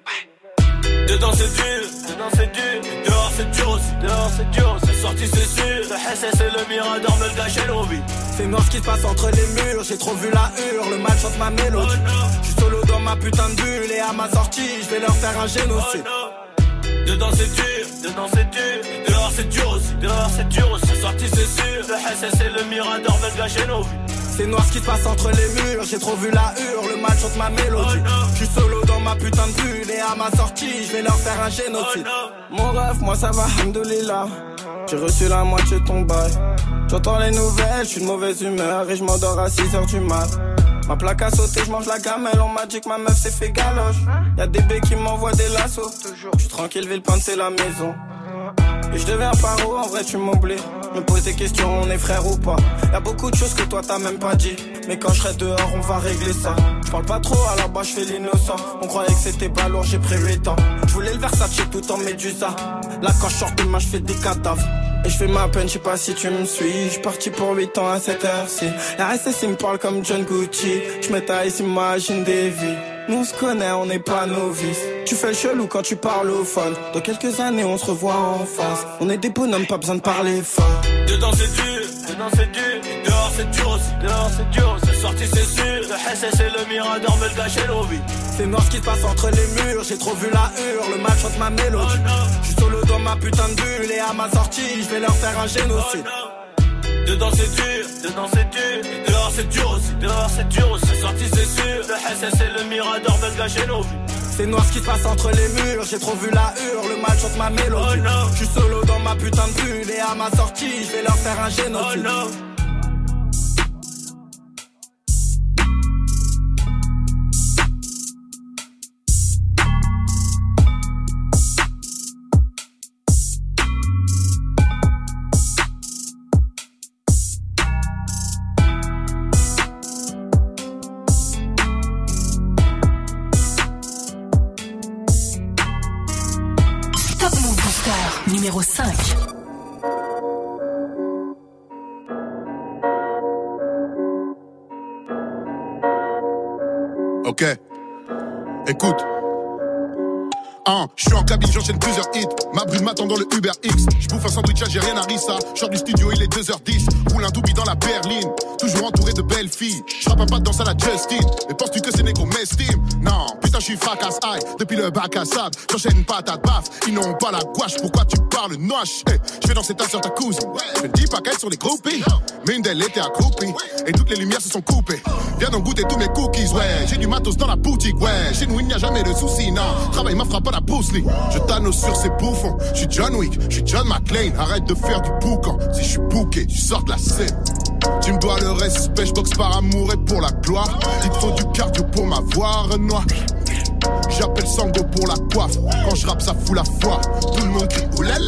L: Dedans c'est dur, dedans c'est dur. Dehors c'est dur aussi, dehors c'est dur aussi. C'est sorti c'est sûr, le S S et le Mirador me le gâchent nos vies.
F: C'est noir ce qui se passe entre les murs, j'ai trop vu la hurle, le mal chante ma mélodie.
L: Oh
F: je suis solo dans ma putain de bulle et à ma sortie, je vais leur faire un génocide.
L: Oh dedans c'est dur, dedans c'est dur. Dehors c'est dur aussi, dehors c'est dur aussi. C'est sorti c'est sûr, le S S et le Mirador me le gâchent nos vies.
F: C'est noir ce qui se passe entre les murs, j'ai trop vu la hurle, le mal chante ma mélodie.
L: Oh
F: je suis solo dans ma putain de bulle et à ma sortie, je vais leur faire un génocide.
L: Oh
F: Mon rêve, moi ça va, hamdoulillah. J'ai reçu la moitié de ton bail. J'entends les nouvelles, je suis de mauvaise humeur et je m'endors à six heures du mat. Ma plaque a sauté, je mange la gamelle, on m'a dit que ma meuf s'est fait galoche. Y'a des bébés qui m'envoient des lassos. Je suis tranquille, Villepinte c'est la maison. Et je deviens paro, en vrai tu m'oublies. Me pose des questions, on est frère ou pas. Y'a beaucoup de choses que toi t'as même pas dit. Mais quand je serai dehors, on va régler ça. Je parle pas trop, à la base je fais l'innocent. On croyait que c'était pas lourd, j'ai pris huit ans. Je voulais le Versace tout en médusa. Là quand je sors demain, je fais des cadavres. Et je fais ma peine, je sais pas si tu me suis. Je suis parti pour huit ans à cette heure-ci. La S S il me parle comme John Gucci. Je m'étais imagine des vies. Nous on se connaît, on n'est pas novices. Tu fais le chelou quand tu parles au phone. Dans quelques années on se revoit en face. On est des bonhommes, pas besoin de parler fort.
L: Dedans c'est dur, dedans c'est dur. Dehors c'est dur aussi, dehors c'est dur. C'est sorti c'est sûr, le S S et le Mirador me le gâchent nos vies.
F: C'est noir ce qui se passe entre les murs, j'ai trop vu la hurle, le mal chante ma mélodie.
L: Oh
F: je suis solo dans ma putain de bulle et à ma sortie, je vais leur faire un génocide.
L: Oh dedans c'est dur, dedans c'est dur. Dehors c'est dur aussi, dehors c'est dur aussi. C'est sorti c'est sûr, le S S et le Mirador me le gâchent nos vies.
F: C'est noir ce qui se passe entre les murs, j'ai trop vu la hurle, le mal chante ma mélodie.
L: Oh
F: je suis solo dans ma putain de bulle et à ma sortie, je vais leur faire un génocide.
L: Oh
B: numéro cinq.
Q: Ok, écoute. Hein, je suis en cabine, j'enchaîne plusieurs hits. Ma brune m'attend dans le Uber X. Je bouffe un sandwich, j'ai rien à Rissa. Je sors du studio, il est deux heures dix. Roule un doobie dans la berline. Toujours entouré de belles filles. Je rappe un pas de danse à la Justin. Mais penses-tu que c'est négro m'estime? Non, putain. putain, je suis fracasse, aïe. Depuis le bac à sable, j'enchaîne patate baffe. Ils n'ont pas la gouache, pourquoi tu parles noche? Hey, je vais danser ta sur ta cousine. Je ne dis pas qu'elles sont des groupies, mais une d'elles était accroupie. Et toutes les lumières se sont coupées. Viens donc goûter tous mes cookies, ouais. J'ai du matos dans la boutique, ouais. Chez nous, il n'y a jamais de soucis, non. Travail ma frappe à la Bruce Lee. Je t'annonce sur ces bouffons. Je suis John Wick, je suis John McClane. Arrête de faire du boucan. Si je suis bouqué, tu sors de la scène. Tu me dois le respect, je boxe par amour et pour la gloire. Il te faut du cardio pour m'avoir, Renoir. J'appelle Sango pour la coiffe. Quand je rappe, ça fout la foi. Tout le monde crie oulala.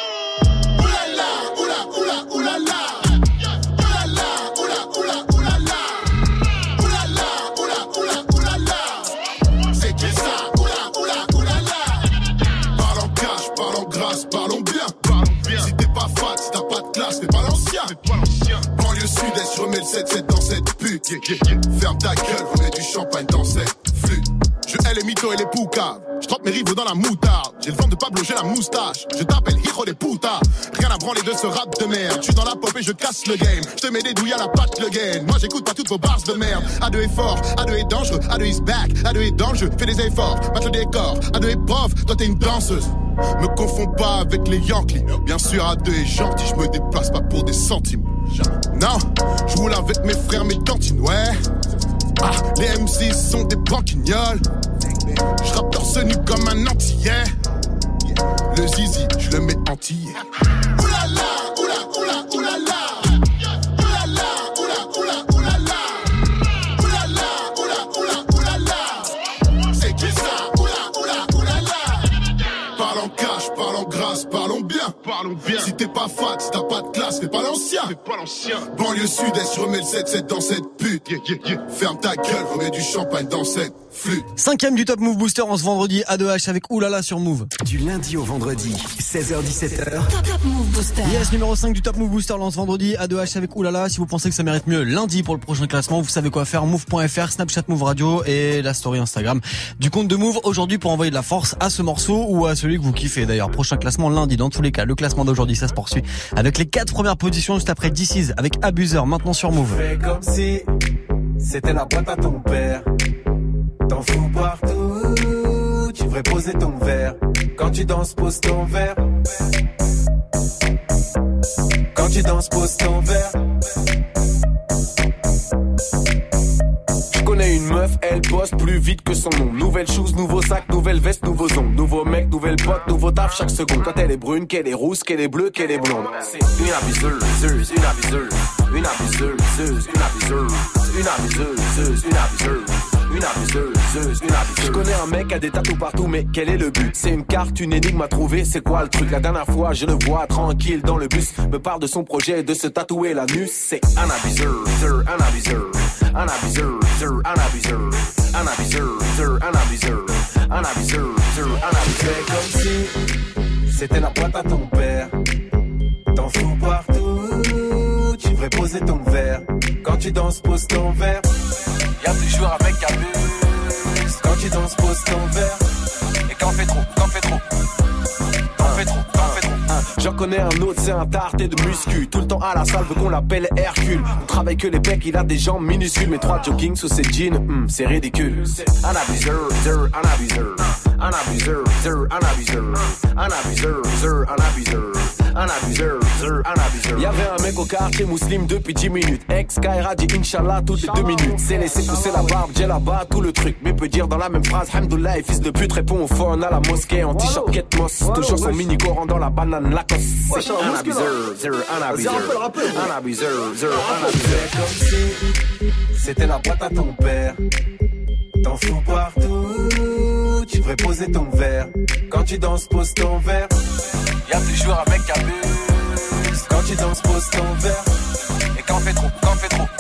Q: Oulala, oula, oula, oulala. Oulala, oula, oula, oulala. Oulala, oula, oula, oulala. C'est qui ça? Oula, oula, oulala. Parle en cash, parle en grâce, parlons bien. Parlons bien. Si t'es pas fat, si t'as pas de classe, t'es pas l'ancien. T'es pas l'ancien. Banlieue sud-est, je remets le sept sept dans cette pute. Yeah, yeah, yeah. Ferme ta gueule, remets du champagne dans cette flûte. Je hais les mythos et les poucaves. Je trempe mes rivaux dans la moutarde. J'ai le vent de Pablo, j'ai la moustache. Je t'appelle Hijo des putas. Rien à branler de ce rap de merde. Je suis dans la pop et je casse le game. Je te mets des douilles à la patte le gain. Moi j'écoute pas toutes vos bars de merde. A deux est fort, A deux est dangereux, A deux is back, A deux est dans le jeu. Fais des efforts, mate le décor. A deux est prof, toi t'es une danseuse. Me confonds pas avec les Yankees. Bien sûr A deux est gentil, je me déplace pas pour des centimes. Non, je roule avec mes frères, mes tantines, ouais. Ah, les M C sont des branquignoles. Je rappe torse nu comme un antillais. Le zizi, je le mets antillais. Oulala, oula, oula, oulala. Oulala, oula, oula, oulala. Oulala, oula, oula, oulala. C'est qui ça? Oula, oula, oulala. Parle en cash, parle en grâce, parlons bien. Parlons bien. Si t'es pas fat, si t'as pas de classe, t'es pas l'ancien. T'es pas l'ancien. Banlieue sud-est, je remets le sept sept dans cette pute. Yeah, yeah, yeah. Ferme ta gueule, remets du champagne dans cette flûte.
A: Cinquième du Top Move Booster en ce vendredi A deux H avec Oulala sur Move.
C: Du lundi au vendredi, seize heures dix-sept heures.
B: Top Move Booster.
A: Yes, numéro cinq du Top Move Booster lance vendredi A deux H avec Oulala. Si vous pensez que ça mérite mieux lundi pour le prochain classement, vous savez quoi faire. Move point F R, Snapchat Move Radio et la story Instagram du compte de Move aujourd'hui pour envoyer de la force à ce morceau ou à celui que vous kiffez. D'ailleurs, prochain classement lundi. Dans tous les cas, le classement d'aujourd'hui, ça se poursuit avec les quatre premières positions juste après D C avec Abuser maintenant sur Move.
R: Fais comme si c'était la boîte à ton père. T'en fous partout, tu devrais poser ton verre. Quand tu danses, pose ton verre. Quand tu danses, pose ton verre. Je connais une meuf, elle bosse plus vite que son nom. Nouvelle chose, nouveau sac, nouvelle veste, nouveaux ongles. Nouveau mec, nouvelle pote, nouveau taf chaque seconde. Quand elle est brune, qu'elle est rousse, qu'elle est bleue, qu'elle est blonde. C'est une abuseuse, une abuseuse, une abuseuse, une abuseuse, une abuseuse, une abuseuse. Une abuseuse, une abuseuse. Je connais un mec qui a des tatous partout, mais quel est le but? C'est une carte, une énigme à trouver, c'est quoi le truc? La dernière fois, je le vois tranquille dans le bus, me parle de son projet de se tatouer l'anus. C'est un abuseur, un abuseur, un abuseur, un abuseur, un abuseur, un abuseur, un abuseur, un abuseur. Comme si c'était la boîte à ton père. T'en fous partout, tu devrais poser ton verre. Quand tu danses, pose ton verre. Y'a toujours un mec qui abuse. Quand tu danses, pose ton verre. Et quand fait trop, quand fait trop. Quand fait trop, quand fait trop. J'en connais un autre, c'est un tarté de muscu. Tout le temps à la salle, veut qu'on l'appelle Hercule. On travaille que les pecs, il a des jambes minuscules. Mais trois jogging sous ses jeans, mm, c'est ridicule. Un abuseur, un abuseur. Un abuseur, un abuseur. Un abuseur, un abuseur. Un abuseur, un abuseur. Y'avait un mec au quartier musulman depuis dix minutes. Ex Kaira dit Inch'Allah toutes les deux minutes. C'est laissé pousser la barbe, j'ai là-bas tout le truc. Mais peut dire dans la même phrase, Hamdoullah et fils de pute répond au phone à la mosquée en t-shirt Ketmos. Toujours son mini coran dans la banane Lacoste. C'est un abuseur, un abuseur. Un abuseur, un abuseur. Comme si c'était la boîte à ton père. T'en fous partout, tu devrais poser ton verre. Quand tu danses, pose ton verre. Y'a toujours un mec qui abuse. Quand tu danses, pose ton verre. Et quand fait trop, quand fait trop.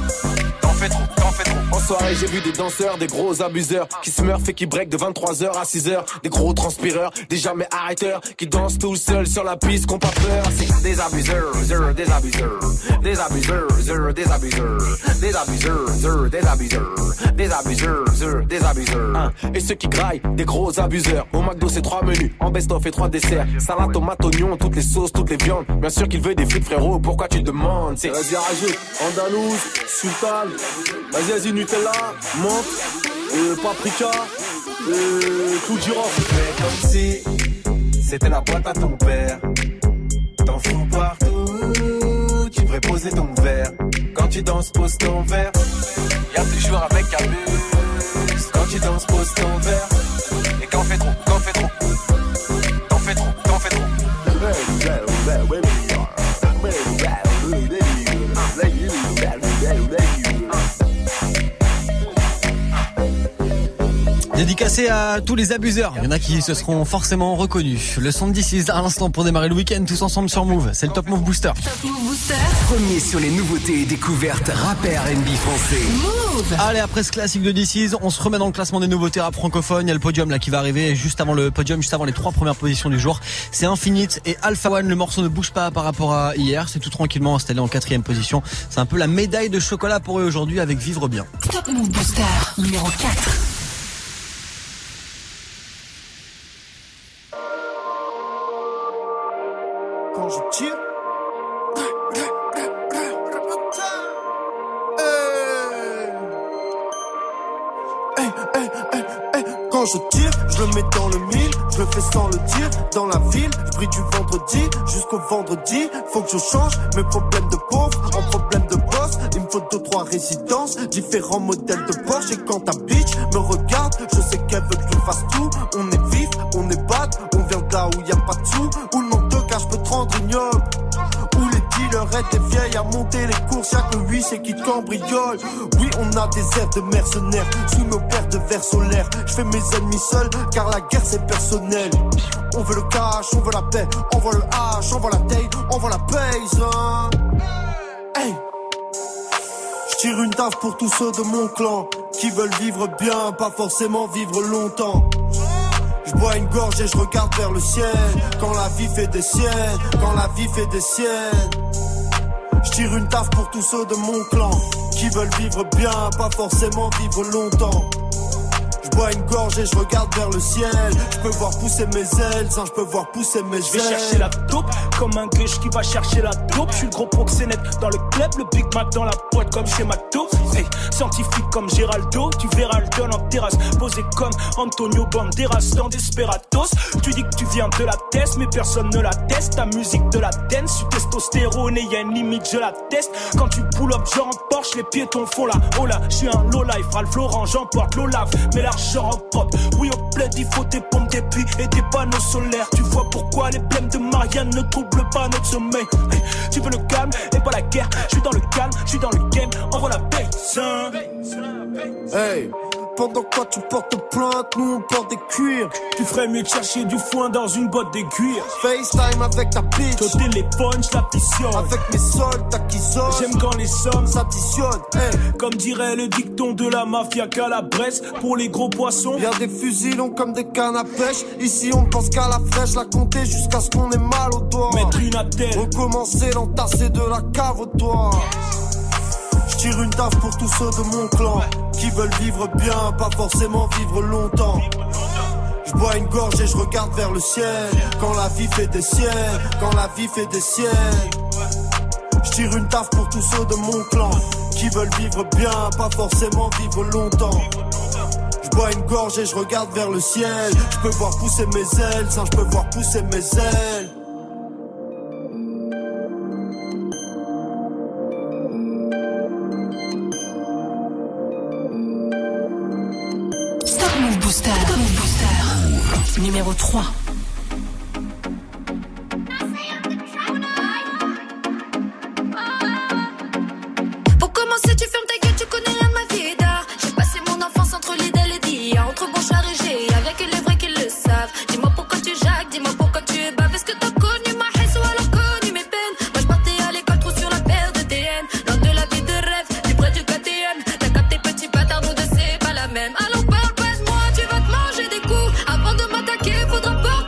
R: Quand fait trop, quand fait trop. En soirée, j'ai vu des danseurs, des gros abuseurs qui se meurent et qui break de vingt-trois heures à six heures. Des gros transpireurs, des jamais arrêteurs qui dansent tout seuls sur la piste, qu'on pas peur. C'est des abuseurs, des abuseurs, des abuseurs, des abuseurs, des abuseurs, des abuseurs, des abuseurs, des abuseurs. Hein. Et ceux qui graillent, des gros abuseurs. Au McDo, c'est trois menus, en best-of et trois desserts. Salade, tomate, oignon, toutes les sauces, toutes les viandes. Bien sûr qu'il veut des frites, frérot, pourquoi tu demandes? C'est vas-y, rajoute, andalouse, sultan. Vas-y, vas-y, Nutella, menthe, euh, paprika, Euh, tout du rang, fais comme si c'était la boîte à ton père. T'en fous partout, tu devrais poser ton verre. Quand tu danses, pose ton verre. Y'a plus joueurs avec abus. Quand tu danses, pose ton verre. Et quand fait trop, quand fait trop, quand fait trop, quand fait trop.
A: Dédicacé à tous les abuseurs. Il y en a qui se seront forcément reconnus. Le son de D six à l'instant pour démarrer le week-end tous ensemble sur Move. C'est le Top Move Booster.
B: Top Move Booster.
C: Premier sur les nouveautés et découvertes rap et R and B français.
B: Move.
A: Allez, après ce classique de D six, on se remet dans le classement des nouveautés rap francophones. Il y a le podium là qui va arriver juste avant le podium, juste avant les trois premières positions du jour. C'est Infinite et Alpha One. Le morceau ne bouge pas par rapport à hier. C'est tout tranquillement installé en quatrième position. C'est un peu la médaille de chocolat pour eux aujourd'hui avec Vivre Bien.
B: Top Move Booster numéro quatre.
S: Quand je tire, hey, hey, hey, hey. Quand je tire, je le mets dans le mille, je le fais sans le dire. Dans la ville, je brille du vendredi jusqu'au vendredi. Faut que je change mes problèmes de pauvre en problèmes de boss. Il me faut deux trois résidences, différents modèles de Porsche. Et quand ta bitch me regarde, je sais qu'elle veut que je fasse tout. On est vif, on est bad, on vient de là où y a pas de sous, où le manque de cash peut te rendre ignoble, où les dealers étaient vieilles à monter les courses, y'a que lui c'est qui te cambriole. Oui, on a des airs de mercenaires sous nos paires de verres solaires. Je fais mes ennemis seuls car la guerre c'est personnel. On veut le cash, on veut la paix, on veut le hache, on veut la taille, on veut la paise, hein. Hey, je tire une taf pour tous ceux de mon clan qui veulent vivre bien, pas forcément vivre longtemps. Je bois une gorge et je regarde vers le ciel. Quand la vie fait des siennes, quand la vie fait des siennes. Je tire une taf pour tous ceux de mon clan qui veulent vivre bien, pas forcément vivre longtemps. Je bois une gorge et je regarde vers le ciel. Je peux voir pousser mes ailes, ça je peux voir pousser mes ailes.
T: Je vais chercher la taupe, comme un gueuche qui va chercher la taupe. Je suis le gros proxénète dans le club, le Big Mac dans la boîte comme chez Mato. Hey, scientifique comme Géraldo, tu verras le don en terrasse. Posé comme Antonio Banderas dans Desperados. Tu dis que tu viens de la test, mais personne ne la teste. Ta musique de la dance, tu testostérone et y'a une limite, je la teste. Quand tu pull up genre en Porsche, les piétons font la oh là, je suis un low life, Ralph Lauren, j'emporte l'Olave, mais l'argent en propre. Oui au plaid, il faut des pompes, des puits et des panneaux solaires. Tu vois pourquoi les blèmes de Marianne ne troublent pas notre sommeil. Hey, tu veux le calme et pas la guerre. Je suis dans le calme, je suis dans le game, envoie la paix.
S: Hey, pendant quoi tu portes plainte, nous on porte des cuirs.
T: Tu ferais mieux de chercher du foin dans une botte d'aiguille.
S: FaceTime avec ta bitch.
T: Au téléphone, je l'additionne.
S: Avec mes soldats qui sonnent.
T: J'aime quand les sommes
S: s'additionnent. Hey.
T: Comme dirait le dicton de la mafia qu'à la Bresse. Pour les gros poissons,
S: y'a des fusils longs comme des cannes à pêche. Ici on ne pense qu'à la flèche, la compter jusqu'à ce qu'on ait mal au doigt.
T: Mettre une attelle,
S: recommencer l'entasser de la cave au toit. Je tire une taf pour tous ceux de mon clan qui veulent vivre bien, pas forcément vivre longtemps. Je bois une gorge et je regarde vers le ciel. Quand la vie fait des siennes, quand la vie fait des siennes. Je tire une taf pour tous ceux de mon clan qui veulent vivre bien, pas forcément vivre longtemps. Je bois une gorge et je regarde vers le ciel. Je peux voir pousser mes ailes, ça je peux voir pousser mes ailes.
B: Move Booster. Move Booster. Numéro trois.
U: Pour commencer, tu fermes ta gueule, tu connais rien de ma vie d'art. J'ai passé mon enfance entre l'idéal et d'hier, entre Bonchard et G, avec les vrais qui le savent. Dis-moi pourquoi tu jacques, dis-moi pourquoi tu es bave. Est-ce que t'as connu ma haine ou alors connu mes peines? Moi je partais à l'école, trop sur la paire de D N. Loin de la vie de rêve, plus près du K T M. T'as capté petit bâtard, nous deux c'est pas la même. Alors parle pas de moi, tu vas te manger des coups. Avant de m'attaquer, faudra porter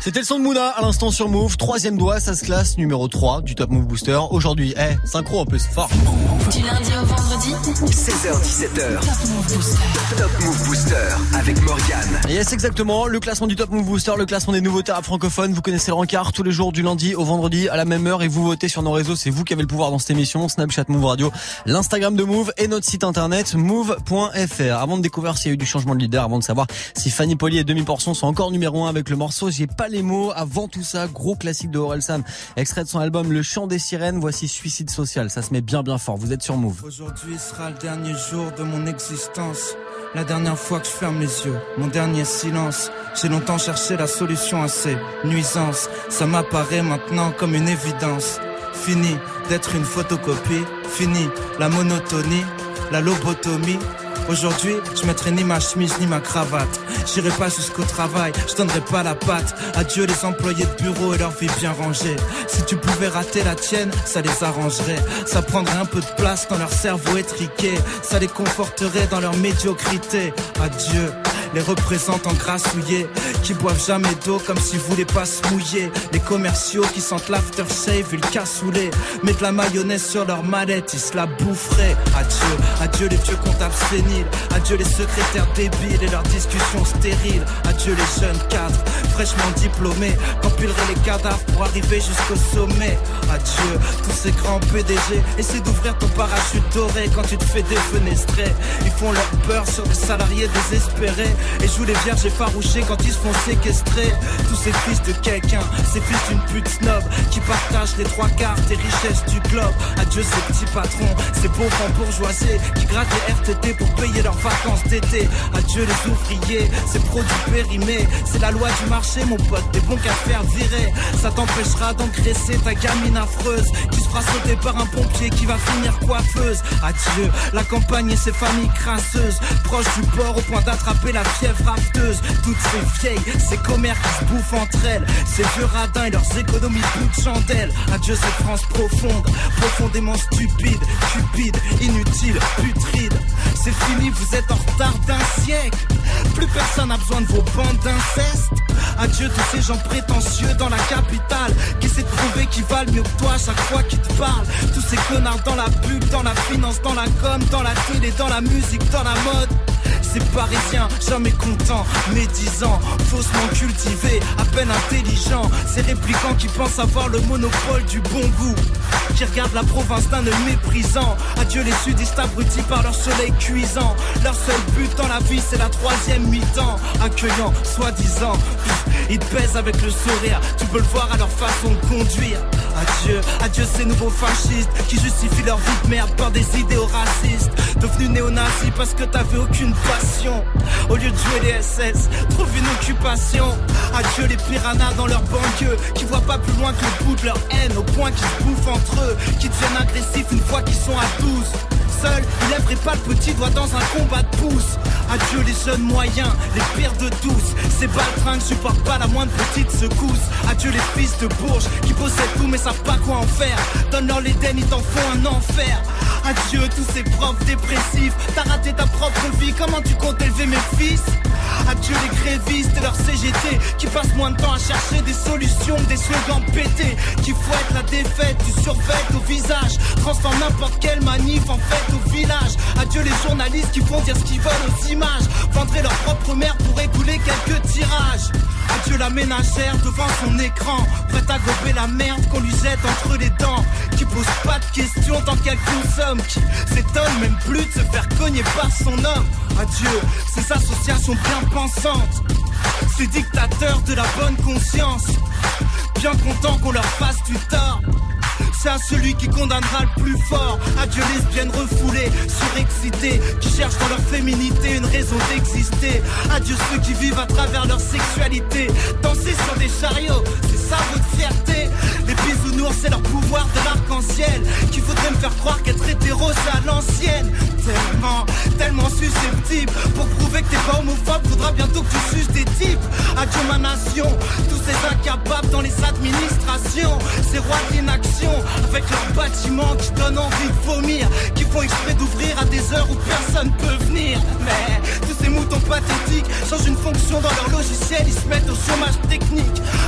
A: C'était le son de Mouna à l'instant sur Move. Troisième doigt, ça se classe numéro trois du Top Move Booster. Aujourd'hui, eh, hey, synchro en plus, fort.
B: Du lundi au vendredi,
C: seize heures dix-sept heures. Top Move Booster. Top Move Booster avec Morgane.
A: Yes, exactement. Le classement du Top Move Booster, le classement des nouveautés rap francophones. Vous connaissez le rencard tous les jours du lundi au vendredi à la même heure et vous votez sur nos réseaux. C'est vous qui avez le pouvoir dans cette émission. Snapchat Move Radio, l'Instagram de Move et notre site internet move point f r. Avant de découvrir s'il y a eu du changement de leader, avant de savoir si Fanny Poli et Demi Portion sont encore numéro un avec le morceau J'ai pas les mots. Avant tout ça, gros classique de Orelsan, extrait de son album Le Chant des Sirènes. Voici Suicide Social. Ça se met bien bien fort. Vous êtes sur Move.
E: Aujourd'hui sera le dernier jour de mon existence. La dernière fois que je ferme les yeux, mon dernier silence. J'ai longtemps cherché la solution à ces nuisances. Ça m'apparaît maintenant comme une évidence. Fini d'être une photocopie, fini la monotonie, la lobotomie. Aujourd'hui, je mettrai ni ma chemise ni ma cravate. J'irai pas jusqu'au travail, je donnerai pas la patte. Adieu les employés de bureau et leur vie bien rangée. Si tu pouvais rater la tienne, ça les arrangerait. Ça prendrait un peu de place dans leur cerveau étriqué. Ça les conforterait dans leur médiocrité. Adieu les représentants grassouillés qui boivent jamais d'eau comme s'ils voulaient pas se mouiller. Les commerciaux qui sentent l'aftershave et le cassoulet. Mais de la mayonnaise sur leur mallette, ils se la boufferaient. Adieu, adieu les vieux comptables séniles. Adieu les secrétaires débiles et leurs discussions stériles. Adieu les jeunes cadres fraîchement diplômés qu'empileraient les cadavres pour arriver jusqu'au sommet. Adieu tous ces grands P D G. Essaie d'ouvrir ton parachute doré quand tu te fais défenestrer. Ils font leur beurre sur des salariés désespérés et jouent les vierges effarouchées quand ils se font séquestrer. Tous ces fils de quelqu'un, ces fils d'une pute snob qui partagent les trois quarts des richesses du globe. Adieu ces petits patrons, ces pauvres bourgeoisés qui grattent les R T T pour payer leurs vacances d'été. Adieu les ouvriers, ces produits périmés. C'est la loi du marché mon pote, des bons qu'à faire virer. Ça t'empêchera d'engraisser ta gamine affreuse qui se fera sauter par un pompier qui va finir coiffeuse. Adieu la campagne et ses familles crasseuses, proches du port au point d'attraper la fièvre rafteuse. Toutes ces vieilles, ces commères qui se bouffent entre elles, ces vieux radins et leurs économies bout de chandelle. Adieu cette France profonde, profondément stupide, cupide, inutile, putride. C'est fini, vous êtes en retard d'un siècle. Plus personne n'a besoin de vos bandes d'inceste. Adieu tous ces gens prétentieux dans la capitale qui essaient de prouver qu'ils valent mieux que toi à chaque fois qu'ils te parlent. Tous ces connards dans la pub, dans la finance, dans la com, dans la télé, dans la musique, dans la mode. Ces parisiens jamais contents, médisants, faussement cultivés, à peine intelligents. Ces réplicants qui pensent avoir le monopole du bon goût, qui regardent la province d'un œil méprisant. Adieu les sudistes abrutis par leur soleil cuisant. Leur seul but dans la vie c'est la troisième mi-temps. Accueillant, soi-disant, ils te pèsent avec le sourire. Tu peux le voir à leur façon de conduire. Adieu, adieu ces nouveaux fascistes qui justifient leur vie de merde par des idéaux racistes. Devenus néo-nazis parce que t'avais aucune passion. Au lieu de jouer les S S, trouve une occupation. Adieu les piranhas dans leur banlieue qui voient pas plus loin que le bout de leur haine, au point qu'ils se bouffent entre eux, qui deviennent agressifs une fois qu'ils sont à douze. Seul, il lèverait pas le petit doigt dans un combat de pouce. Adieu les jeunes moyens, les pires de tous. Ces baltringues supportent pas la moindre petite secousse. Adieu les fils de Bourges qui possèdent tout mais savent pas quoi en faire. Donne-leur l'Éden, ils t'en font un enfer. Adieu tous ces profs dépressifs. T'as raté ta propre vie, comment tu comptes élever mes fils? Adieu les grévistes et leurs C G T qui passent moins de temps à chercher des solutions que des slogans pétés, qui fouettent la défaite du survêt au visage, transforment n'importe quelle manif en fête au village. Adieu les journalistes qui font dire ce qu'ils veulent aux images, vendraient leur propre mère pour écouler quelques tirages. Adieu la ménagère devant son écran, prête à gober la merde qu'on lui jette entre les dents, qui pose pas de questions tant qu'elle consomme, qui s'étonne même plus de se faire cogner par son homme. Adieu ces associations bien pensantes, ces dictateurs de la bonne conscience, bien contents qu'on leur fasse du tort. C'est à celui qui condamnera le plus fort. Adieu lesbiennes refoulées, surexcitées, qui cherchent dans leur féminité une raison d'exister. Adieu ceux qui vivent à travers leur sexualité. Danser sur des chariots, c'est ça votre fierté. Les bisounours c'est leur pouvoir de l'arc-en-ciel, qu'il faudrait me faire croire qu'être hétéro c'est à l'ancienne. Tellement, tellement susceptible, pour prouver que t'es pas homophobe faudra bientôt que tu suces des types. Adieu ma nation, tous ces incapables dans les administrations, ces rois de l'inaction, avec leurs bâtiments qui donnent envie de vomir, qui font exprès d'ouvrir à des heures où personne peut venir. Mais tous ces moutons pathétiques changent une fonction dans leur logiciel, ils se mettent au chômage technique,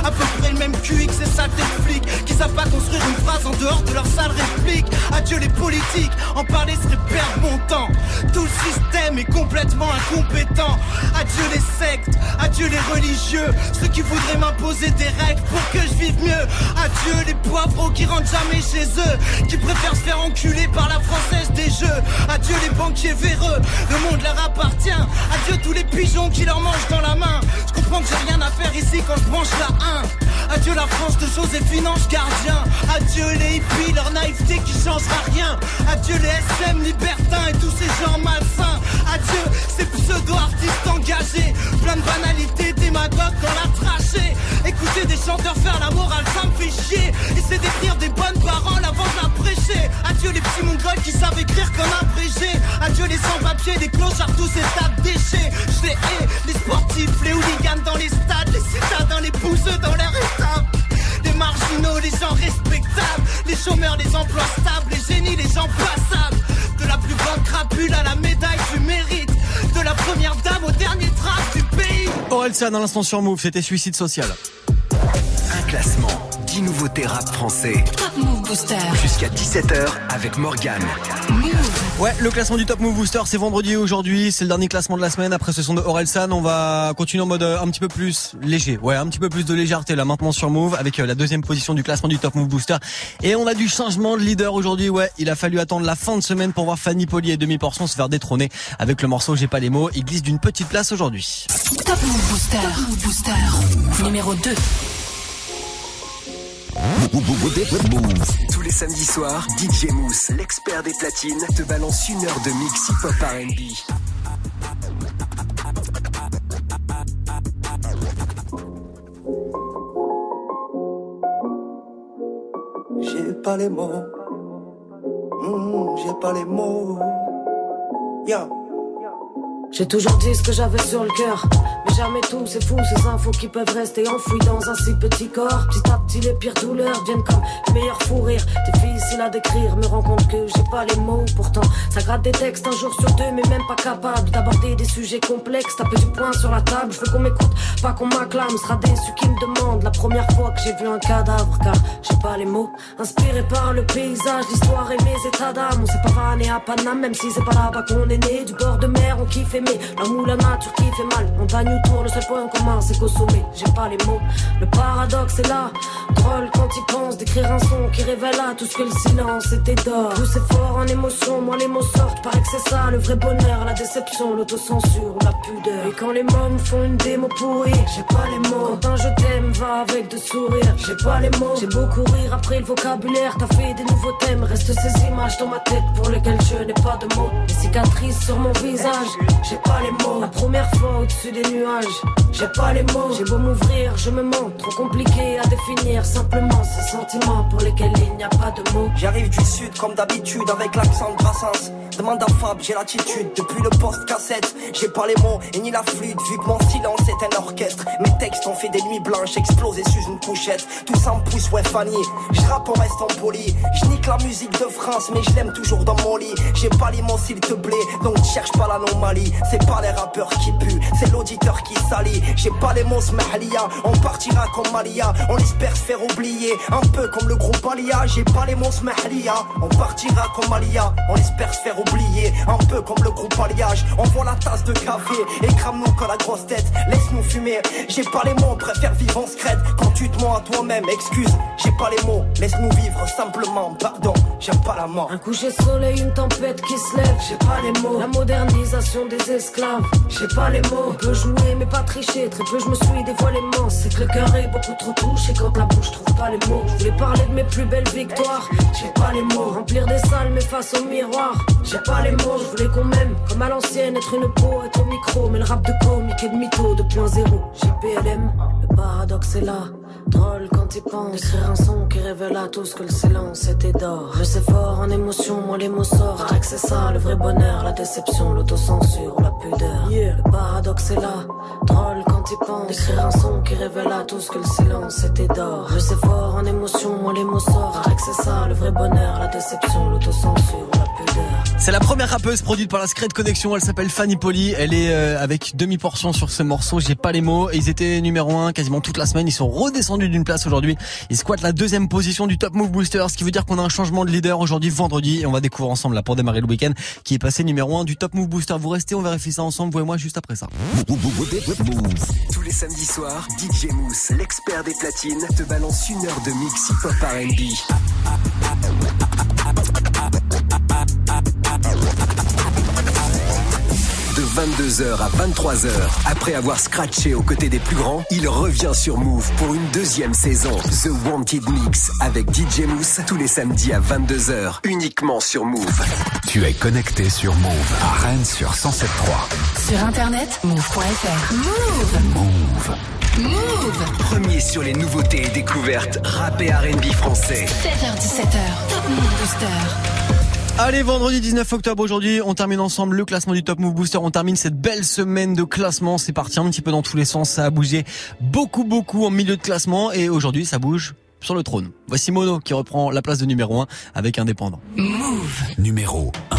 H: à peu près le même Q X et saleté de flics qui savent pas construire une phrase en dehors de leur sale réplique. Adieu les politiques, en parler serait perdre mon temps. Tout le système est complètement incompétent. Adieu les sectes, adieu les religieux, ceux qui voudraient m'imposer des règles pour que je vive mieux. Adieu les poivreaux qui rentrent jamais chez eux, qui préfèrent se faire enculer par la française des jeux. Adieu les banquiers véreux, le monde leur appartient. Adieu tous les pigeons qui leur mangent dans la main. Je comprends que j'ai rien à faire ici quand je branche la un. Adieu la France de Joséphine Ange Gardien. Adieu les hippies, leur naïveté qui changera rien. Adieu les S M libertins et tous ces gens malsains. Adieu ces pseudo-artistes engagés, plein de banalités, démagogues dans la trachée. Écouter des chanteurs faire la morale, ça me fait chier. Essayer d'écrire des bonnes paroles avant de la prêcher. Adieu les petits mongols qui savent écrire comme abrégé. Adieu les sans-papiers, les clochards, tous ces tas de déchets. Je les hais, les sportifs, les hooligans dans les stades, les citadins, les bouseux dans l'air étable. Les marginaux, les gens respectables, les chômeurs, les emplois stables, les génies, les gens passables. De la plus grande crapule à la médaille du mérite, de la première dame au dernier drape du pays.
A: Orelsan à l'instant sur Move, c'était Suicide Social.
C: Un classement, dix nouveautés rap français.
B: Top Move Booster.
C: Jusqu'à dix-sept heures avec Morgane.
A: Ouais, le classement du Top Move Booster, c'est vendredi aujourd'hui, c'est le dernier classement de la semaine. Après ce son de Orelsan, on va continuer en mode un petit peu plus léger. Ouais, un petit peu plus de légèreté là maintenant sur Move avec la deuxième position du classement du Top Move Booster. Et on a du changement de leader aujourd'hui. Ouais, il a fallu attendre la fin de semaine pour voir Fanny Poli et Demi Portion se faire détrôner avec le morceau J'ai pas les mots. Il glisse d'une petite place aujourd'hui.
B: Top Move Booster. Top Move Booster. Numéro deux.
C: Tous les samedis soirs, D J Mousse, l'expert des platines, te balance une heure de mix hip-hop R and B.
F: J'ai pas les mots, mmh, j'ai pas les mots. Yeah.
V: J'ai toujours dit ce que j'avais sur le cœur, mais jamais tout, c'est fou, ces infos qui peuvent rester enfouies dans un si petit corps. Petit à petit les pires douleurs viennent comme les meilleurs fous rires. Difficile à décrire, me rends compte que j'ai pas les mots. Pourtant, ça gratte des textes un jour sur deux, mais même pas capable d'aborder des sujets complexes. Taper du poing sur la table, je veux qu'on m'écoute, pas qu'on m'acclame. Sera déçu qui me demande la première fois que j'ai vu un cadavre, car j'ai pas les mots. Inspiré par le paysage, l'histoire et mes états d'âme. On s'est pas vanné à Paname, même si c'est pas là-bas qu'on est né. Du bord de mer, on kiffe aimer l'amour, la nature qui fait mal. Montagne ou tour, le seul point commun c'est qu'au sommet j'ai pas les mots. Le paradoxe est là, drôle quand il pense d'écrire un son qui révèle à tout ce que le silence était d'or. Tout c'est fort en émotion, moi les mots sortent, paraît que c'est ça le vrai bonheur. La déception, l'autocensure ou la pudeur. Et quand les mômes font une démo pourrie, j'ai pas les mots. Quand un je t'aime va avec de sourires, j'ai pas les mots. J'ai beau courir après le vocabulaire, t'as fait des nouveaux thèmes. Restent ces images dans ma tête pour lesquelles je n'ai pas de mots. Les cicatrices sur mon visage, j'ai pas les mots. La première fois au-dessus des nuages, j'ai pas les mots. J'ai beau m'ouvrir, je me mens. Trop compliqué à définir simplement ces sentiments pour lesquels il n'y a pas de mots.
F: J'arrive du sud comme d'habitude avec l'accent de Brassens. Demande à Fab, j'ai l'attitude depuis le poste cassette. J'ai pas les mots et ni la flûte vu que mon silence est un orchestre. Mes textes ont fait des nuits blanches explosées sous une couchette. Tout ça me pousse, ouais Fanny. Je rappe, on reste en poli. Je nique la musique de France mais je l'aime toujours dans mon lit. J'ai pas les mots s'il te plaît, donc cherche pas l'anomalie. C'est pas les rappeurs qui puent, c'est l'auditeur qui salit. J'ai pas les mots smahlia, on partira comme Malia. On espère se faire oublier, un peu comme le groupe Alia. J'ai pas les mots smahlia, on partira comme Malia. On espère se faire oublier, un peu comme le groupe Alliage. On voit la tasse de café et crame-nous que la grosse tête. Laisse-nous fumer, j'ai pas les mots, préfère vivre en secrète. Quand tu te mens à toi-même, excuse, j'ai pas les mots. Laisse-nous vivre simplement, pardon, j'aime pas la mort.
V: Un coucher de soleil, une tempête qui se lève, j'ai pas les mots. La modernisation des esclaves, j'ai pas les mots. On peut jouer mais pas tricher, très peu je me suis dévoilé immense. C'est que le cœur est beaucoup trop touché quand la bouche trouve pas les mots. Je voulais parler de mes plus belles victoires, j'ai pas les mots. Remplir des salles mais face au miroir, j'ai pas les mots. Je voulais qu'on m'aime comme à l'ancienne, être une peau, être au micro. Mais le rap de comique et de mytho deux point zéro, j'ai P L M. Le paradoxe est là, drôle quand il pense d'écrire un son qui révèle à tous que le silence était d'or. Je sais fort en émotion, moi les mots sortent. Paraît que c'est ça le vrai bonheur, la déception, l'autocensure ou la pudeur. Yeah. Le paradoxe est là, drôle quand il pense d'écrire un son qui révèle à tous que le silence était d'or. Je sais fort en émotion, moi les mots sortent. Paraît que c'est ça le vrai bonheur, la déception, l'autocensure ou la pudeur. leader.
A: C'est la première rappeuse produite par la Secret Connection, elle s'appelle Fanny Polly, elle est euh, avec demi-portion sur ce morceau, j'ai pas les mots, et ils étaient numéro un quasiment toute la semaine, ils sont redescendus d'une place aujourd'hui, ils squattent la deuxième position du Top Move Booster, ce qui veut dire qu'on a un changement de leader aujourd'hui vendredi, et on va découvrir ensemble là pour démarrer le week-end, qui est passé numéro un du Top Move Booster. Vous restez, on vérifie ça ensemble, vous et moi juste après ça.
C: Tous les samedis soirs, D J Mousse, l'expert des platines, te balance une heure de mix hip-hop R and B. De vingt-deux heures à vingt-trois heures, après avoir scratché aux côtés des plus grands, il revient sur Move pour une deuxième saison. The Wanted Mix avec D J Mousse tous les samedis à vingt-deux heures, uniquement sur Move.
G: Tu es connecté sur Move à Rennes sur cent sept virgule trois.
B: Sur internet, move point f r. Move.
G: Move.
B: Move.
C: Premier sur les nouveautés et découvertes rap et R and B français.
B: sept heures dix-sept heures, Top Move Booster.
A: Allez, vendredi dix-neuf octobre aujourd'hui, on termine ensemble le classement du Top Move Booster. On termine cette belle semaine de classement. C'est parti un petit peu dans tous les sens. Ça a bougé beaucoup, beaucoup en milieu de classement. Et aujourd'hui, ça bouge sur le trône. Voici Mono qui reprend la place de numéro un avec Indépendant.
B: Move.
G: Numéro un.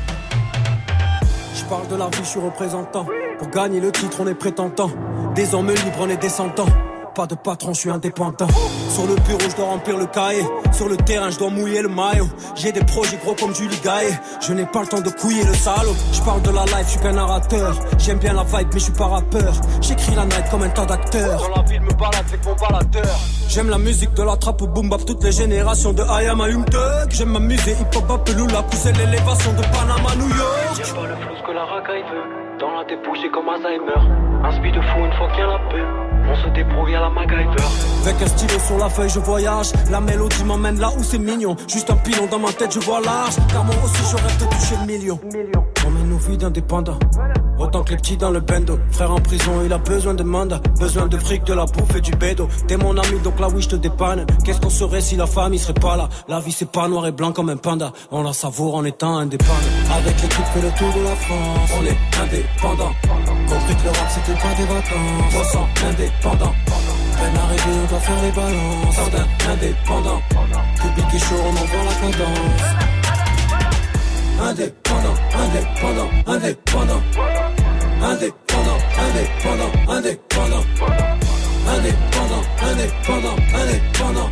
D: Je parle de la vie, je suis représentant. Pour gagner le titre, on est prétentant. Des hommes libres, on est descendants. Pas de patron, je suis indépendant. Sur le bureau, je dois remplir le cahier. Sur le terrain, je dois mouiller le maillot. J'ai des projets gros comme Julie Gaillet. Je n'ai pas le temps de couiller le salaud. Je parle de la life, je suis qu'un narrateur. J'aime bien la vibe, mais je suis pas rappeur. J'écris la night comme un tas d'acteurs. Dans la ville, me balade avec mon baladeur. J'aime la musique de la trappe au boom bap. Toutes les générations de I am a Young Thug. J'aime m'amuser, hip-hop, Apelula. Pousser l'élévation de Panama, New York.
I: J'aime pas le flou que la racaille veut. Dans la débouche, comme Alzheimer. Un speed de fou une fois qu'il y a la paix. On se débrouille à la MacGyver.
D: Avec un stylo sur la feuille, je voyage. La mélodie m'emmène là où c'est mignon. Juste un pilon dans ma tête, je vois large. Car moi aussi, je rêve de toucher le million. On mène nos vies d'indépendants. Autant que les petits dans le bendo. Frère en prison, il a besoin de mandat. Besoin de fric, de la bouffe et du bédo. T'es mon ami, donc là oui, je te dépanne. Qu'est-ce qu'on serait si la famille serait pas là? La vie, c'est pas noir et blanc comme un panda. On la savoure en étant indépendant. Avec l'équipe, fait le tour de la France. On est indépendant. Compris que le rap, c'était pas des vacances. trois cents indépendant. Peine arrivée, on doit faire les balances. Sardin indépendant. Public est chaud, on envoie la cadence. Indépendant, indépendant, indépendant. Indépendant, indépendant, indépendant. Indépendant, indépendant, indépendant.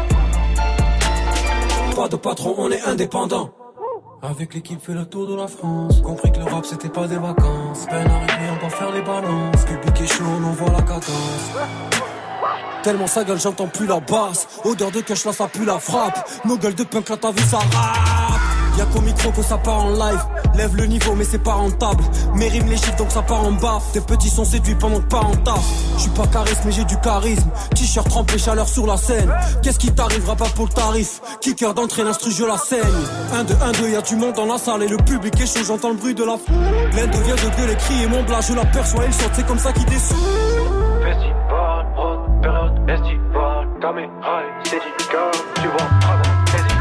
D: Pas de patron, on est indépendant. Avec l'équipe fait le tour de la France. Compris que le rap c'était pas des vacances. Peine arrivée, on va faire les balances. Public est chaud, on envoie la cadence. Tellement sa gueule, j'entends plus la basse. Odeur de cash, là ça pue la frappe. Nos gueules de punk, là ta vie ça rappe. Y'a qu'au micro que ça part en live. Lève le niveau mais c'est pas rentable. Mes rimes les chiffres donc ça part en baffe. Tes petits sont séduits pendant que pas en taf. J'suis pas charisme mais j'ai du charisme. T-shirt trempé, chaleur sur la scène. Qu'est-ce qui t'arrivera pas pour le tarif? Kicker d'entrée, l'instru je la saigne. Un, deux, un, deux, y'a du monde dans la salle. Et le public est chaud, j'entends le bruit de la foule. L'un devient de gueuler, crier mon blas. Je l'aperçois, il saute, c'est comme ça qu'il descend.
I: Festival, haute période estivale. Caméra et Cédica, tu vois, dragon,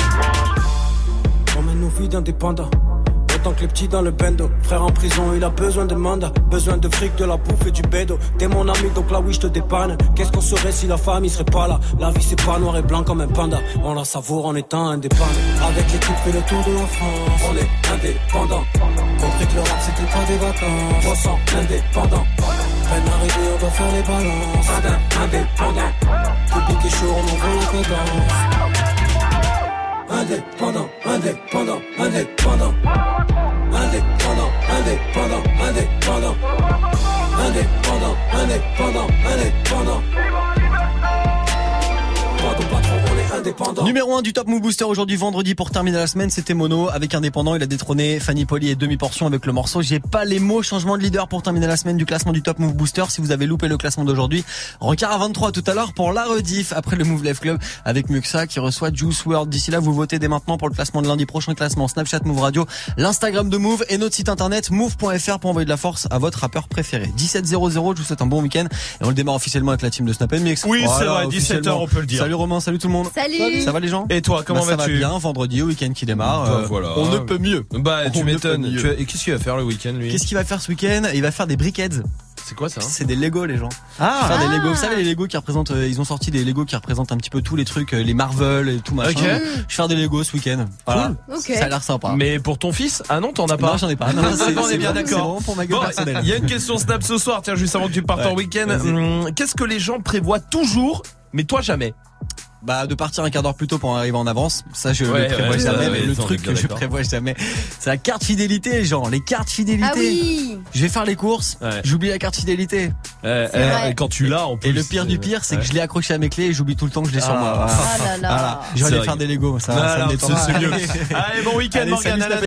D: on mène nos vies d'indépendants. Autant que les petits dans le bendo. Frère en prison, il a besoin de mandat. Besoin de fric, de la bouffe et du bédo. T'es mon ami, donc là oui je te dépanne. Qu'est-ce qu'on serait si la famille serait pas là? La vie c'est pas noir et blanc comme un panda. On la savoure en étant indépendant. Avec l'équipe fait le tour de la France. On est indépendant. Compris que le rap c'était pas des vacances. trois cents indépendant. Peine arrivée, on doit faire les balances. Sardin indépendant. Public est chaud, on envoie la cadence. Indépendant, indépendant, indépendant. Indépendant, indépendant, indépendant. Indépendant, indépendant, indépendant. Pas de patron, on est indépendant.
A: Numéro un du Top Move Booster aujourd'hui vendredi pour terminer la semaine, c'était Mono avec Indépendant. Il a détrôné Fanny Polly et demi-portion avec le morceau J'ai pas les mots. Changement de leader pour terminer la semaine du classement du Top Move Booster. Si vous avez loupé le classement d'aujourd'hui, rencard à vingt-trois tout à l'heure pour la rediff après le Move Life Club avec Muxa qui reçoit Juice world. D'ici là, vous votez dès maintenant pour le classement de lundi prochain, classement Snapchat Move Radio, l'Instagram de Move et notre site internet move point f r pour envoyer de la force à votre rappeur préféré. dix-sept zéro zéro, je vous souhaite un bon week-end et on le démarre officiellement avec la team de Snap and Mix.
W: Oui,
A: voilà,
W: c'est vrai, dix-sept heures on peut le dire.
A: Salut Romain, salut tout le monde.
X: Salut.
A: Ça va les gens?
W: Et toi, comment
A: bah,
W: vas-tu?
A: Ça va bien, vendredi, au week-end qui démarre.
W: Bah,
A: euh,
W: voilà.
A: On ne peut mieux.
W: Bah,
A: On
W: tu
A: ne
W: m'étonnes.
A: peut mieux.
W: Tu as... Et qu'est-ce qu'il va faire le week-end, lui?
A: Qu'est-ce qu'il va faire ce week-end? Il va faire des briquettes.
J: C'est quoi ça?
A: C'est des Lego, les gens.
J: Ah.
A: Faire des
J: Ah.
A: Lego. Vous savez, les Lego qui représentent, euh, ils ont sorti des Lego qui représentent un petit peu tous les trucs, euh, les Marvel et tout machin.
J: Ok.
A: Je vais faire des Lego ce week-end. Voilà.
J: Cool.
K: Ok.
A: Ça a l'air sympa.
J: Mais pour ton fils? Ah non, t'en as pas?
A: Non, j'en ai pas. Non, non, c'est-
J: on est
A: c'est
J: bien
A: bon, c'est
J: d'accord.
A: bon pour ma gueule
J: Bon,
A: personnelle.
J: il y a une question Snap ce soir, tiens, juste avant que tu partes
A: Ouais.
J: en week-end.
A: Vas-y.
J: Hum, Qu'est-ce que les gens prévoient toujours, mais toi jamais?
A: Bah, de partir un quart d'heure plus tôt pour arriver en avance. Ça, je
J: Ouais,
A: le prévois
J: ouais,
A: jamais.
J: ouais,
A: mais
J: ouais,
A: le
J: ça, on est
A: truc
J: bien
A: que je
J: d'accord.
A: prévois jamais, c'est la carte fidélité, les gens. Les cartes fidélité.
K: Ah oui.
A: Je vais faire les courses.
J: Ouais.
A: J'oublie la carte fidélité.
J: Euh,
K: C'est
J: euh,
K: vrai.
J: et quand tu l'as, en plus.
A: Et le pire du pire, c'est que je l'ai accroché à mes clés et j'oublie tout le temps que je l'ai sur
J: Ah.
A: moi. Voilà.
K: Ah là là.
A: Voilà. Je vais
J: C'est
A: aller
J: vrai.
A: faire des Lego. Ça,
J: Non,
A: ça
J: non,
A: me détend.
J: c'est- c'est mieux. Allez, bon week-end,
A: Allez,
J: Morgane.
A: salut,
J: À la